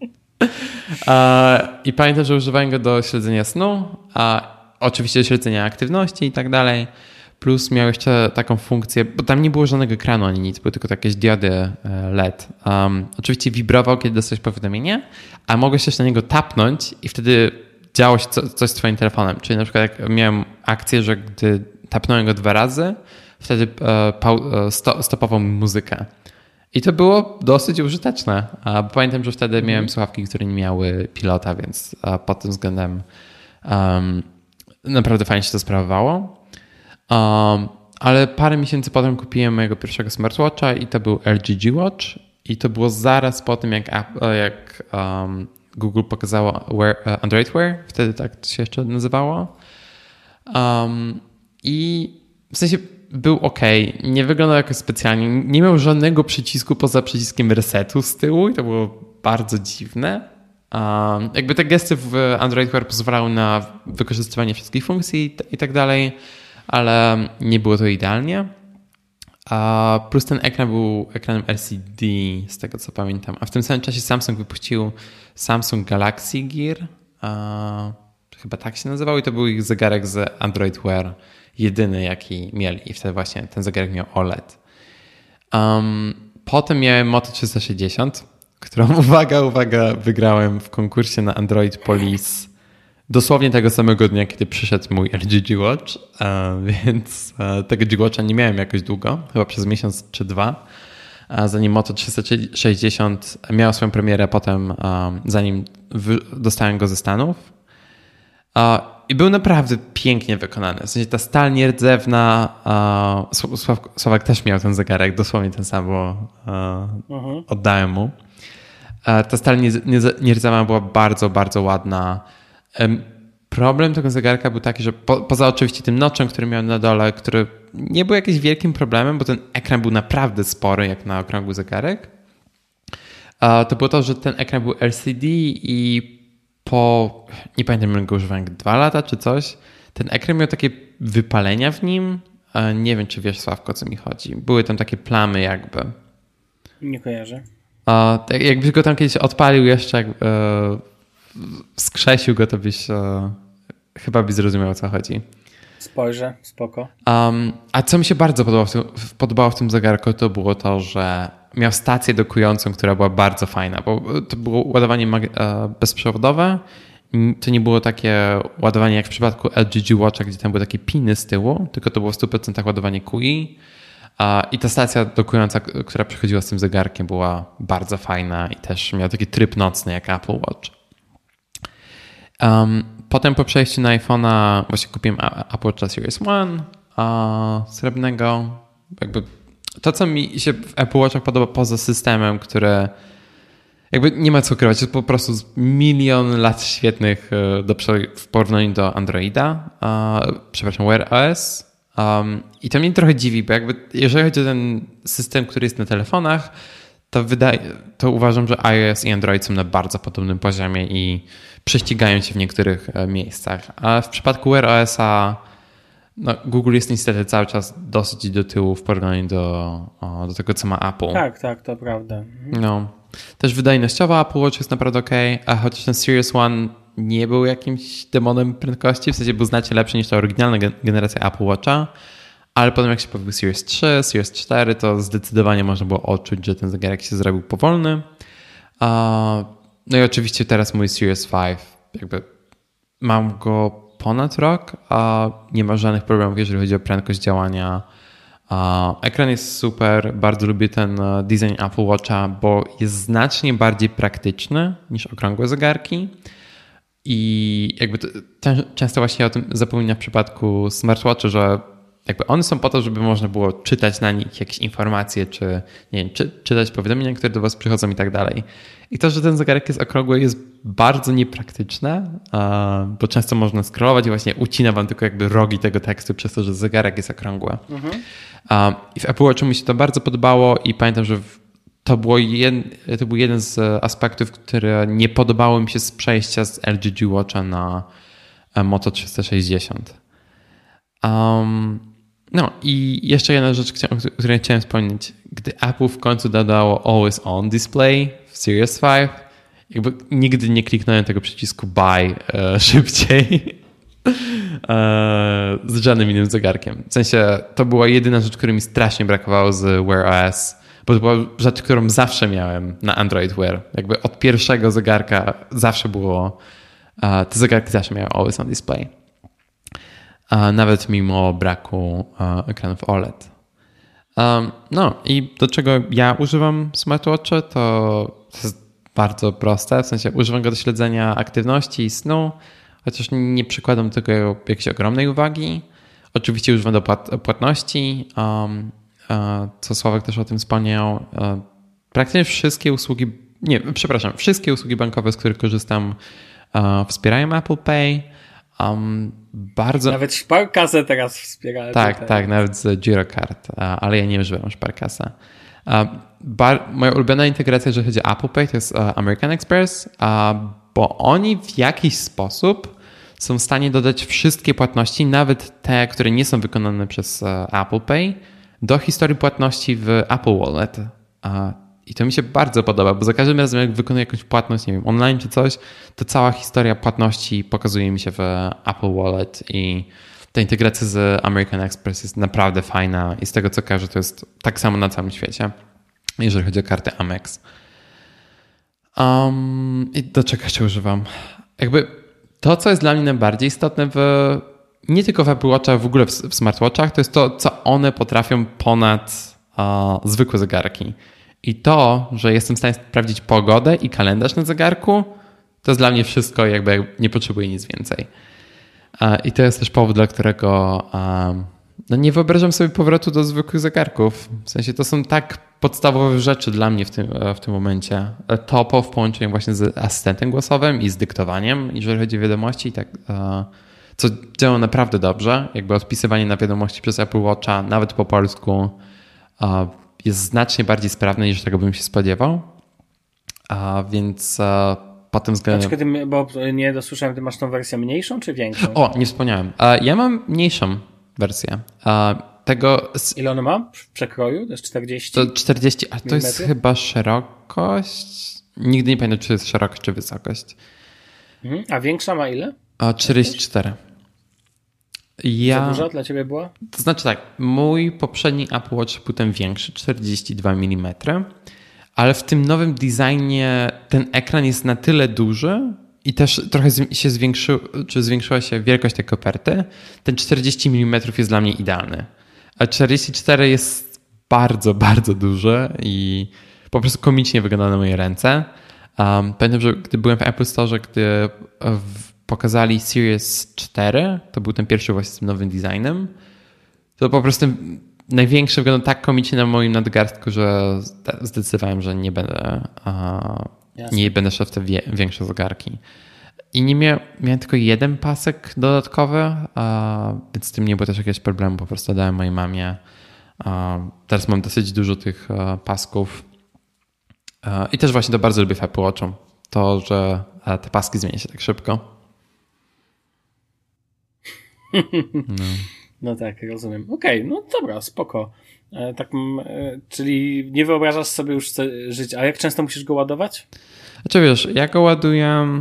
A: I pamiętam, że używałem go do śledzenia snu, a oczywiście śledzenia aktywności i tak dalej. Plus miał jeszcze taką funkcję, bo tam nie było żadnego ekranu ani nic, były tylko jakieś diody L E D. Um, oczywiście wibrował, kiedy dostałeś powiadomienie, a mogłeś też na niego tapnąć i wtedy działo się co, coś z twoim telefonem. Czyli na przykład jak miałem akcję, że gdy tapnąłem go dwa razy, wtedy e, pau, sto, stopował mi muzykę. I to było dosyć użyteczne. A pamiętam, że wtedy mm. miałem słuchawki, które nie miały pilota, więc pod tym względem um, naprawdę fajnie się to sprawowało. Um, ale parę miesięcy potem kupiłem mojego pierwszego smartwatcha i to był L G G Watch i to było zaraz po tym, jak, jak um, Google pokazało Wear, Android Wear, wtedy tak to się jeszcze nazywało. Um, I w sensie był ok, nie wyglądał jakoś specjalnie, nie miał żadnego przycisku poza przyciskiem resetu z tyłu i to było bardzo dziwne. Um, jakby te gesty w Android Wear pozwalały na wykorzystywanie wszystkich funkcji i, t- i tak dalej, ale nie było to idealnie. A plus ten ekran był ekranem L C D, z tego co pamiętam. A w tym samym czasie Samsung wypuścił Samsung Galaxy Gear. A, chyba tak się nazywał i to był ich zegarek z Android Wear. Jedyny jaki mieli. I wtedy właśnie ten zegarek miał O L E D. Um, potem miałem Moto trzysta sześćdziesiąt, którą uwaga, uwaga, wygrałem w konkursie na Android Police. Dosłownie tego samego dnia, kiedy przyszedł mój L G G Watch, więc tego G Watcha nie miałem jakoś długo, chyba przez miesiąc czy dwa, zanim Moto trzysta sześćdziesiąt miał swoją premierę, potem zanim dostałem go ze Stanów. I był naprawdę pięknie wykonany. W sensie ta stal nierdzewna, Sławek też miał ten zegarek, dosłownie ten sam, bo uh-huh. oddałem mu. Ta stal nierdzewna była bardzo, bardzo ładna. Problem tego zegarka był taki, że po, poza oczywiście tym notchem, który miał na dole, który nie był jakimś wielkim problemem, bo ten ekran był naprawdę spory, jak na okrągły zegarek, to było to, że ten ekran był L C D i po, nie pamiętam, jak go używałem, dwa lata czy coś, ten ekran miał takie wypalenia w nim. Nie wiem, czy wiesz, Sławko, o co mi chodzi. Były tam takie plamy jakby.
B: Nie kojarzę.
A: Jakbyś go tam kiedyś odpalił jeszcze, jak, wskrzesił go, to byś e, chyba byś zrozumiał, o co chodzi.
B: Spojrzę, spoko.
A: Um, a co mi się bardzo podobało w, tym, podobało w tym zegarku, to było to, że miał stację dokującą, która była bardzo fajna, bo to było ładowanie bezprzewodowe. To nie było takie ładowanie jak w przypadku L G G Watcha, gdzie tam były takie piny z tyłu, tylko to było w stu procentach ładowanie Q I. I ta stacja dokująca, która przychodziła z tym zegarkiem, była bardzo fajna i też miał taki tryb nocny jak Apple Watch. Um, potem po przejściu na iPhone'a właśnie kupiłem Apple Watcha Series One uh, srebrnego. Jakby to, co mi się w Apple Watchach podoba poza systemem, który jakby nie ma co ukrywać, jest po prostu milion lat świetnych do, w porównaniu do Androida, uh, przepraszam, Wear O S. Um, I to mnie trochę dziwi, bo jakby jeżeli chodzi o ten system, który jest na telefonach, to, wydaje, to uważam, że iOS i Android są na bardzo podobnym poziomie i prześcigają się w niektórych miejscach. A w przypadku Wear O S-a no, Google jest niestety cały czas dosyć do tyłu w porównaniu do, o, do tego, co ma Apple.
B: Tak, tak, to prawda.
A: No. Też wydajnościowo Apple Watch jest naprawdę ok, a chociaż ten Series One nie był jakimś demonem prędkości, w sensie był znacznie lepszy niż ta oryginalna generacja Apple Watcha, ale potem jak się pojawił Series trzy, Series cztery, to zdecydowanie można było odczuć, że ten zegarek się zrobił powolny. No i oczywiście teraz mój Series pięć, jakby mam go ponad rok, a nie ma żadnych problemów, jeżeli chodzi o prędkość działania. Ekran jest super, bardzo lubię ten design Apple Watcha, bo jest znacznie bardziej praktyczny niż okrągłe zegarki. I jakby to, często właśnie o tym zapominam w przypadku smartwatcha, że jakby one są po to, żeby można było czytać na nich jakieś informacje, czy nie wiem, czy, czytać powiadomienia, które do was przychodzą i tak dalej. I to, że ten zegarek jest okrągły, jest bardzo niepraktyczne, bo często można scrollować i właśnie ucina wam tylko jakby rogi tego tekstu przez to, że zegarek jest okrągły. Mhm. I w Apple Watchu mi się to bardzo podobało i pamiętam, że to, było jed, to był jeden z aspektów, które nie podobało mi się z przejścia z L G G Watcha na Moto trzysta sześćdziesiąt. Um, no i jeszcze jedna rzecz, o której chciałem wspomnieć. Gdy Apple w końcu dodało Always On Display w Series pięć, jakby nigdy nie kliknąłem tego przycisku Buy e, szybciej e, z żadnym innym zegarkiem. W sensie to była jedyna rzecz, której mi strasznie brakowało z Wear O S, bo to była rzecz, którą zawsze miałem na Android Wear. Jakby od pierwszego zegarka zawsze było, e, te zegarki zawsze miały Always On Display. Nawet mimo braku ekranów O L E D. No i do czego ja używam smartwatcha, to, to jest bardzo proste. W sensie używam go do śledzenia aktywności i snu, chociaż nie przykładam do tego jakiejś ogromnej uwagi. Oczywiście używam do płat- płatności, co Sławek też o tym wspomniał. Praktycznie wszystkie usługi, nie, przepraszam, wszystkie usługi bankowe, z których korzystam, wspierają Apple Pay. Um, bardzo...
B: Nawet Sparkasse teraz wspiera.
A: Tak, tak, nawet z Girocard, ale ja nie używam Sparkassa. Bar... Moja ulubiona integracja, jeżeli chodzi o Apple Pay, to jest American Express, bo oni w jakiś sposób są w stanie dodać wszystkie płatności, nawet te, które nie są wykonane przez Apple Pay, do historii płatności w Apple Wallet. I to mi się bardzo podoba, bo za każdym razem jak wykonuję jakąś płatność, nie wiem, online czy coś, to cała historia płatności pokazuje mi się w Apple Wallet i ta integracja z American Express jest naprawdę fajna i z tego co kojarzę, to jest tak samo na całym świecie, jeżeli chodzi o kartę Amex. Um, I do czego jeszcze używam? Jakby to, co jest dla mnie najbardziej istotne w, nie tylko w Apple Watchach, w ogóle w, w smartwatchach, to jest to, co one potrafią ponad uh, zwykłe zegarki. I to, że jestem w stanie sprawdzić pogodę i kalendarz na zegarku, to jest dla mnie wszystko, jakby nie potrzebuję nic więcej. I to jest też powód, dla którego no nie wyobrażam sobie powrotu do zwykłych zegarków. W sensie to są tak podstawowe rzeczy dla mnie w tym, w tym momencie. To w połączeniu właśnie z asystentem głosowym i z dyktowaniem, jeżeli chodzi o wiadomości, tak, co działa naprawdę dobrze. Jakby odpisywanie na wiadomości przez Apple Watcha, nawet po polsku, jest znacznie bardziej sprawny niż tego bym się spodziewał. A więc a, pod tym względem...
B: Znaczy, ty, bo nie dosłyszałem, ty masz tą wersję mniejszą czy większą?
A: O, nie wspomniałem. A, ja mam mniejszą wersję. A, tego...
B: Ile ona ma w przekroju? To jest czterdzieści?
A: To czterdzieści, a to jest chyba szerokość? Nigdy nie pamiętam, czy jest szerokość, czy wysokość.
B: Mhm. A większa ma ile?
A: A, czterdzieści cztery. Ja...
B: Za duża dla ciebie była?
A: To znaczy tak, mój poprzedni Apple Watch był ten większy, czterdzieści dwa milimetry, ale w tym nowym designie ten ekran jest na tyle duży i też trochę się zwiększył, czy zwiększyła się wielkość tej koperty. Ten czterdzieści milimetrów jest dla mnie idealny, a czterdzieści cztery jest bardzo, bardzo duży i po prostu komicznie wygląda na moje ręce. Um, pamiętam, że gdy byłem w Apple Store, gdy w, pokazali Series cztery, to był ten pierwszy właśnie z tym nowym designem, to po prostu największy wygląda tak komicznie na moim nadgarstku, że zdecydowałem, że nie będę uh, nie będę szedł w te wie, większe zegarki. I nie mia, miałem tylko jeden pasek dodatkowy, uh, więc z tym nie było też jakiegoś problemu, po prostu dałem mojej mamie. Uh, teraz mam dosyć dużo tych uh, pasków. I też właśnie to bardzo lubię w Apple Watchu. To, że te paski zmieniają się tak szybko.
B: No, no tak, rozumiem. Okej, okay, no dobra, spoko. E, tak, e, czyli nie wyobrażasz sobie już żyć. A jak często musisz go ładować?
A: Znaczy wiesz, ja go ładuję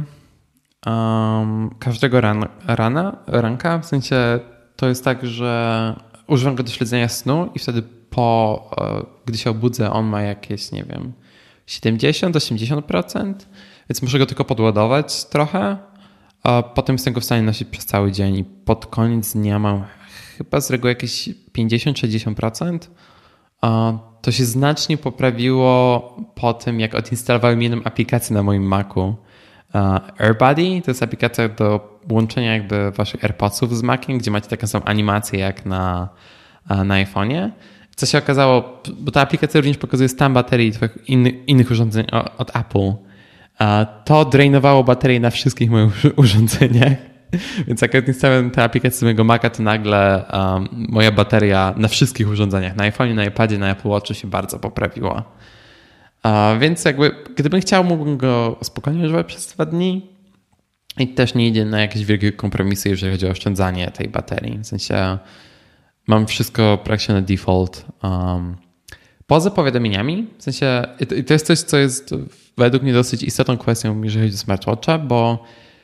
A: um, każdego ran, rana, ranka. W sensie to jest tak, że używam go do śledzenia snu i wtedy po, gdy się obudzę, on ma jakieś, nie wiem, siedemdziesiąt do osiemdziesięciu procent, więc muszę go tylko podładować trochę, a potem jestem go w stanie nosić przez cały dzień i pod koniec dnia mam chyba z reguły jakieś pięćdziesiąt do sześćdziesięciu procent. To się znacznie poprawiło po tym, jak odinstalowałem jedną aplikację na moim Macu. AirBuddy to jest aplikacja do łączenia jakby waszych AirPodsów z Maciem, gdzie macie taką samą animację jak na, na iPhone'ie. Co się okazało, bo ta aplikacja również pokazuje stan baterii twoich innych, innych urządzeń od Apple. To drainowało baterię na wszystkich moich urządzeniach. Więc jak odniosłem tę aplikację z mojego Maca, to nagle um, moja bateria na wszystkich urządzeniach, na iPhone'ie, na iPadzie, na Apple Watchu się bardzo poprawiła. Uh, więc jakby, gdybym chciał, mógłbym go spokojnie używać przez dwa dni i też nie idzie na jakieś wielkie kompromisy, jeżeli chodzi o oszczędzanie tej baterii. W sensie mam wszystko praktycznie na default. Um, poza powiadomieniami, w sensie i to jest coś, co jest według mnie dosyć istotną kwestią, jeżeli chodzi o smartwatcha, bo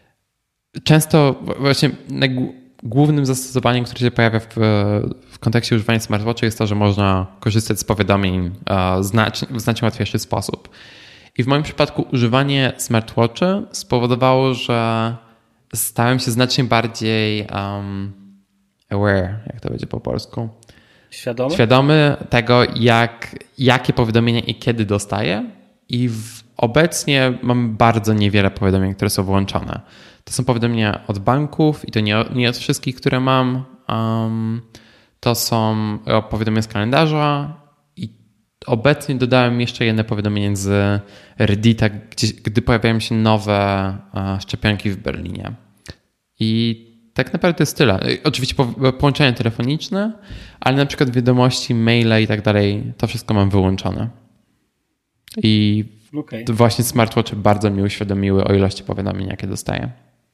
A: często właśnie głównym zastosowaniem, które się pojawia w, w kontekście używania smartwatcha jest to, że można korzystać z powiadomień w znacznie, w znacznie łatwiejszy sposób. I w moim przypadku używanie smartwatcha spowodowało, że stałem się znacznie bardziej um, aware, jak to będzie po polsku.
B: Świadomy?
A: Świadomy tego, jak, jakie powiadomienia i kiedy dostaję. I w, obecnie mam bardzo niewiele powiadomień, które są włączone. To są powiadomienia od banków i to nie, nie od wszystkich, które mam. Um, to są powiadomienia z kalendarza i obecnie dodałem jeszcze jedno powiadomienie z Reddita, gdzie, gdy pojawiają się nowe uh, szczepionki w Berlinie. I tak naprawdę to jest tyle. Oczywiście po, połączenia telefoniczne, ale na przykład wiadomości, maile i tak dalej, to wszystko mam wyłączone. I okay. Właśnie smartwatche bardzo mi uświadomiły o ilości powiadomień, jakie dostaję.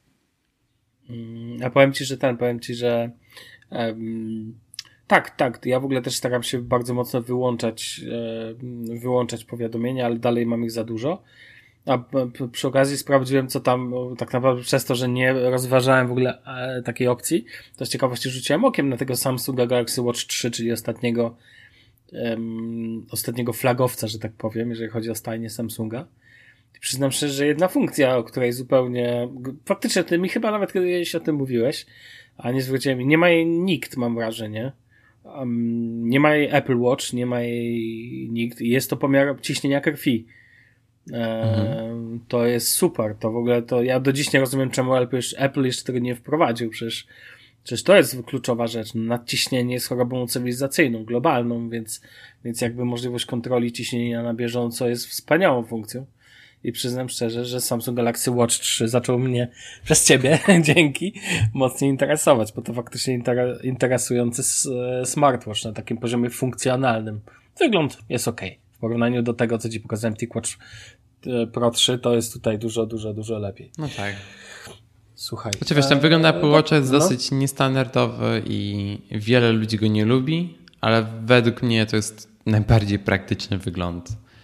B: A powiem ci, że ten, powiem ci, że um, tak, tak, ja w ogóle też staram się bardzo mocno wyłączać um, wyłączać powiadomienia, ale dalej mam ich za dużo. A p- przy okazji sprawdziłem, co tam, tak naprawdę przez to, że nie rozważałem w ogóle e, takiej opcji, to z ciekawości rzuciłem okiem na tego Samsunga Galaxy Watch trzy, czyli ostatniego um, ostatniego flagowca, że tak powiem, jeżeli chodzi o stajnię Samsunga. I przyznam szczerze, że jedna funkcja, o której zupełnie, faktycznie ty mi chyba nawet kiedyś o tym mówiłeś, a nie zwróciłem, nie ma jej nikt, mam wrażenie. Um, nie ma jej Apple Watch, nie ma jej nikt. Jest to pomiar ciśnienia krwi. Mhm. To jest super, to w ogóle to ja do dziś nie rozumiem, czemu Apple jeszcze tego nie wprowadził, przecież, przecież to jest kluczowa rzecz. Nadciśnienie jest chorobą cywilizacyjną, globalną, więc, więc jakby możliwość kontroli ciśnienia na bieżąco jest wspaniałą funkcją i przyznam szczerze, że Samsung Galaxy Watch trzy zaczął mnie przez ciebie, dzięki, mocniej interesować, bo to faktycznie inter- interesujący smartwatch na takim poziomie funkcjonalnym. Wygląd jest okej. Okay. W porównaniu do tego, co ci pokazałem, TicWatch Pro trzy, to jest tutaj dużo, dużo, dużo lepiej.
A: No tak.
B: Słuchaj.
A: Znaczy wiesz, ten wygląd Apple Watcha jest no. dosyć niestandardowy i wiele ludzi go nie lubi, ale według mnie to jest najbardziej praktyczny wygląd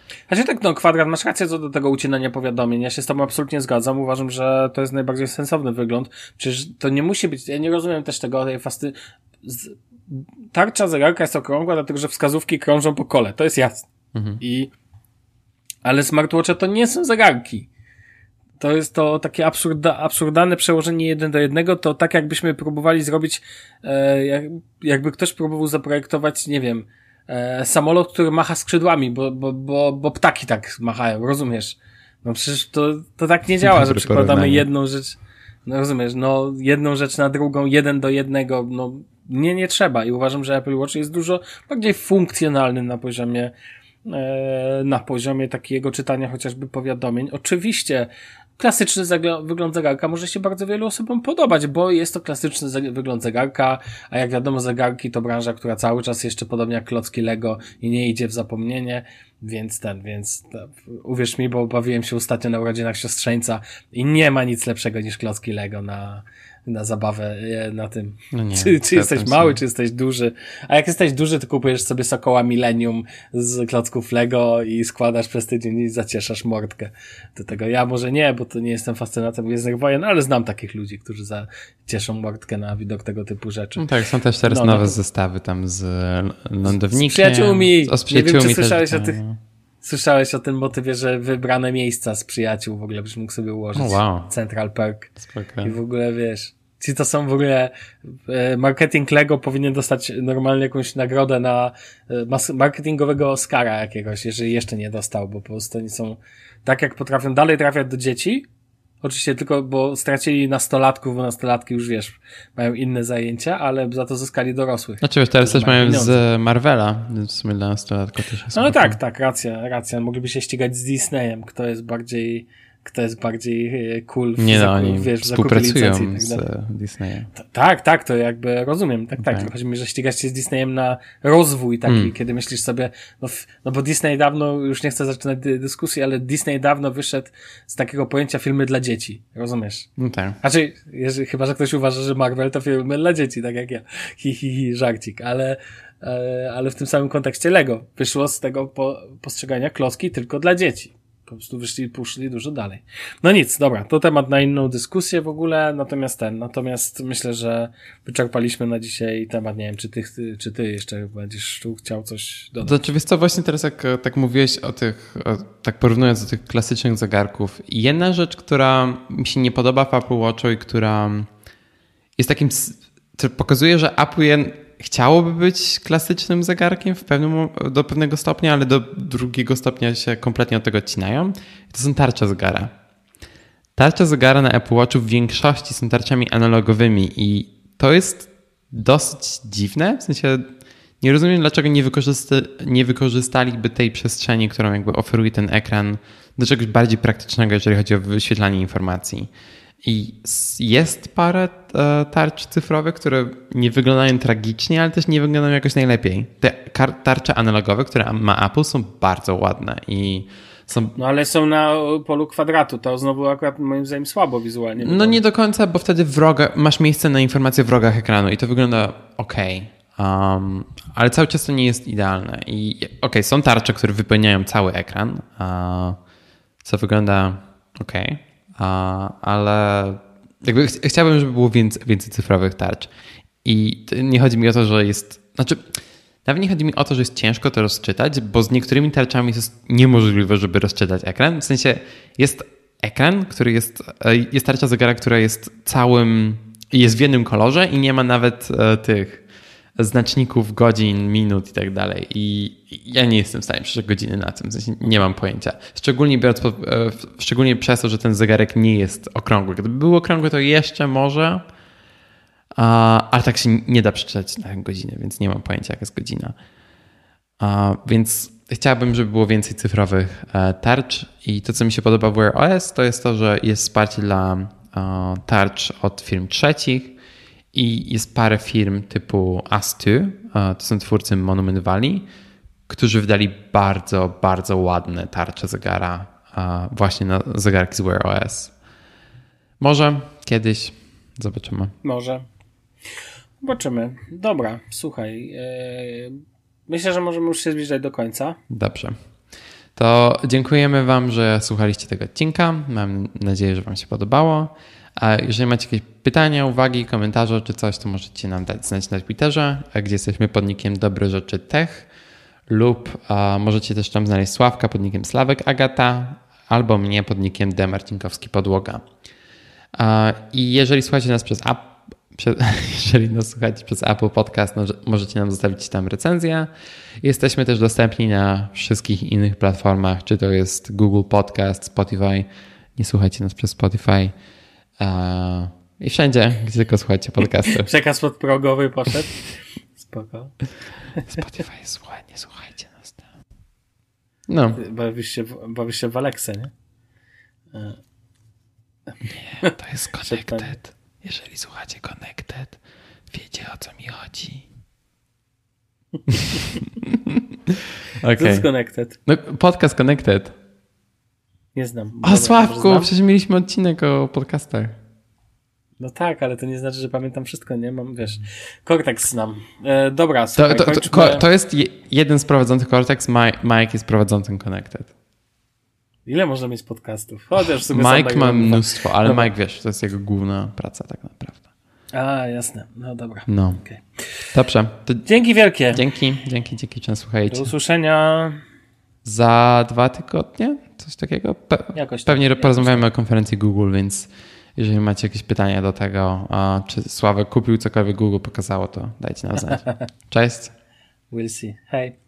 B: Znaczy tak, no Kwadrat, masz rację co do tego ucinania powiadomień. Ja się z tobą absolutnie zgadzam. Uważam, że to jest najbardziej sensowny wygląd. Przecież to nie musi być, ja nie rozumiem też tego, tej fasty... Z... Tarcza zegarka jest okrągła, dlatego że wskazówki krążą po kole. To jest jasne. Mhm. I... Ale smartwatche to nie są zegarki. To jest to takie absurda, absurdalne przełożenie jeden do jednego. To tak jakbyśmy próbowali zrobić, e, jak, jakby ktoś próbował zaprojektować, nie wiem, e, samolot, który macha skrzydłami, bo, bo, bo, bo ptaki tak machają, rozumiesz? No przecież to, to tak nie działa, że przykładamy jedną rzecz, no rozumiesz, no jedną rzecz na drugą, jeden do jednego, no nie, nie trzeba. I uważam, że Apple Watch jest dużo bardziej funkcjonalny na poziomie na poziomie takiego czytania chociażby powiadomień. Oczywiście klasyczny zagl- wygląd zegarka może się bardzo wielu osobom podobać, bo jest to klasyczny zeg- wygląd zegarka, a jak wiadomo zegarki to branża, która cały czas jeszcze podobnie jak klocki Lego i nie idzie w zapomnienie, więc ten, więc to, uwierz mi, bo bawiłem się ostatnio na urodzinach siostrzeńca i nie ma nic lepszego niż klocki Lego na na zabawę na tym. No nie, czy czy jesteś mały, czy jesteś duży. A jak jesteś duży, to kupujesz sobie Sokoła Millennium z klocków Lego i składasz przez tydzień i zacieszasz mordkę do tego. Ja może nie, bo to nie jestem fascynatem Gwiezdnych Wojen, ale znam takich ludzi, którzy cieszą mordkę na widok tego typu rzeczy.
A: No tak, są też teraz no, nowe no. zestawy tam z lądownikiem.
B: Z przyjaciółmi.
A: Z, z przyjaciółmi.
B: Nie wiem, czy słyszałeś
A: też,
B: o tych... Słyszałeś o tym motywie, że wybrane miejsca z przyjaciół w ogóle byś mógł sobie ułożyć.
A: Oh, wow.
B: Central Perk.
A: Spoko.
B: I w ogóle wiesz, ci to są w ogóle, e, marketing Lego powinien dostać normalnie jakąś nagrodę na e, mas- marketingowego Oscara jakiegoś, jeżeli jeszcze nie dostał, bo po prostu oni są, tak jak potrafią dalej trafiać do dzieci, oczywiście tylko, bo stracili nastolatków, bo nastolatki już wiesz, mają inne zajęcia, ale za to zyskali dorosłych.
A: Znaczy wiesz, teraz też mają pieniądze z Marvela, więc w sumie dla nastolatków też jest.
B: No tak, tak, racja, racja. Mogliby się ścigać z Disneyem, kto jest bardziej, kto jest bardziej cool w
A: Nie no,
B: zakup,
A: oni
B: wiesz,
A: współpracują
B: tak
A: z Disneyem.
B: T- tak, tak, to jakby rozumiem, tak, tak. Okay. Chodzi mi, że ścigać się z Disneyem na rozwój taki, hmm. kiedy myślisz sobie, no, f- no bo Disney dawno, już nie chcę zaczynać dy- dyskusji, ale Disney dawno wyszedł z takiego pojęcia filmy dla dzieci, rozumiesz?
A: No tak.
B: Znaczy, jeżeli, chyba, że ktoś uważa, że Marvel to filmy dla dzieci, tak jak ja. Hi, hi, hi, żarcik, ale, e, ale w tym samym kontekście Lego wyszło z tego po- postrzegania klocki tylko dla dzieci. Po prostu wyszli, poszli dużo dalej. No nic, dobra, to temat na inną dyskusję w ogóle, natomiast ten, natomiast myślę, że wyczerpaliśmy na dzisiaj temat, nie wiem, czy ty, czy ty jeszcze będziesz tu chciał coś dodać.
A: To oczywiście co, właśnie teraz jak tak mówiłeś o tych, o, tak porównując do tych klasycznych zegarków, jedna rzecz, która mi się nie podoba w Apple Watchu i która jest takim, pokazuje, że Apple je chciałoby być klasycznym zegarkiem w pewnym, do pewnego stopnia, ale do drugiego stopnia się kompletnie od tego odcinają. To są tarcze zegara. Tarcze zegara na Apple Watchu w większości są tarczami analogowymi i to jest dosyć dziwne. W sensie nie rozumiem, dlaczego nie, wykorzysta, nie wykorzystaliby tej przestrzeni, którą jakby oferuje ten ekran do czegoś bardziej praktycznego, jeżeli chodzi o wyświetlanie informacji. I jest parę tarcz cyfrowych, które nie wyglądają tragicznie, ale też nie wyglądają jakoś najlepiej. Te tarcze analogowe, które ma Apple, są bardzo ładne i są...
B: No ale są na polu kwadratu, to znowu akurat moim zdaniem słabo wizualnie.
A: No nie do końca, bo wtedy w roga, masz miejsce na informacje w rogach ekranu i to wygląda okej. Um, ale cały czas to nie jest idealne. I okej, okay, są tarcze, które wypełniają cały ekran, uh, co wygląda okej. Okay. Ale jakby ch- chciałbym, żeby było więcej, więcej cyfrowych tarcz. I nie chodzi mi o to, że jest... Znaczy, nawet nie chodzi mi o to, że jest ciężko to rozczytać, bo z niektórymi tarczami jest niemożliwe, żeby rozczytać ekran. W sensie jest ekran, który jest... Jest tarcza zegara, która jest całym... Jest w jednym kolorze i nie ma nawet e, tych znaczników godzin, minut i tak dalej. I ja nie jestem w stanie przeczytać godziny na tym, w sensie nie mam pojęcia. Szczególnie biorąc pod, szczególnie przez to, że ten zegarek nie jest okrągły. Gdyby był okrągły, to jeszcze może, ale tak się nie da przeczytać na godzinę, więc nie mam pojęcia, jaka jest godzina. Więc chciałbym, żeby było więcej cyfrowych tarcz i to, co mi się podoba w Wear O S, to jest to, że jest wsparcie dla tarcz od firm trzecich. I jest parę firm typu As dwa, to są twórcy Monument Valley, którzy wydali bardzo, bardzo ładne tarcze zegara właśnie na zegarki z Wear O S. Może kiedyś zobaczymy.
B: Może. Zobaczymy. Dobra, słuchaj. Yy, myślę, że możemy już się zbliżać do końca.
A: Dobrze. To dziękujemy wam, że słuchaliście tego odcinka. Mam nadzieję, że wam się podobało. A jeżeli macie jakieś pytania, uwagi, komentarze czy coś, to możecie nam dać znać na Twitterze, gdzie jesteśmy pod nickiem Dobre Rzeczy Tech, lub a, możecie też tam znaleźć Sławka pod nickiem Sławek Agata, albo mnie pod nickiem D. Marcinkowski Podłoga. A, I jeżeli słuchacie nas przez app, przez, jeżeli nas słuchacie przez Apple Podcast, no, możecie nam zostawić tam recenzję. Jesteśmy też dostępni na wszystkich innych platformach, czy to jest Google Podcast, Spotify. Nie słuchajcie nas przez Spotify. I wszędzie, gdzie tylko słuchajcie podcastu.
B: Przekaz podprogowy poszedł. Spoko.
A: Spotify jest złe, nie słuchajcie nas tam. No.
B: Bawisz się, bawisz się w Alexę, nie?
A: Nie, to jest Connected. Jeżeli słuchacie Connected, wiecie, o co mi chodzi. Okay.
B: Co jest Connected?
A: No, podcast Connected.
B: Nie znam.
A: O, Sławku, przecież mieliśmy odcinek o podcastach.
B: No tak, ale to nie znaczy, że pamiętam wszystko, nie? Mam, wiesz, Cortex znam. E, dobra, słuchaj,
A: to, to, to, to jest jeden z prowadzących Cortex, Mike jest prowadzącym Connected.
B: Ile można mieć podcastów? Chociaż sobie
A: Mike ma mnóstwo, ale dobra. Mike, wiesz, to jest jego główna praca tak naprawdę.
B: A, jasne. No dobra.
A: No. Okay. Dobrze. To
B: dzięki wielkie.
A: Dzięki, dzięki, dzięki, często słuchajcie.
B: Do usłyszenia.
A: Za dwa tygodnie? Coś takiego? Pe-
B: jakoś tak,
A: pewnie
B: jakoś
A: porozmawiamy
B: tak.
A: o konferencji Google, więc jeżeli macie jakieś pytania do tego, a czy Sławek kupił cokolwiek Google pokazało, to dajcie nam znać. Cześć.
B: We'll see. Hej.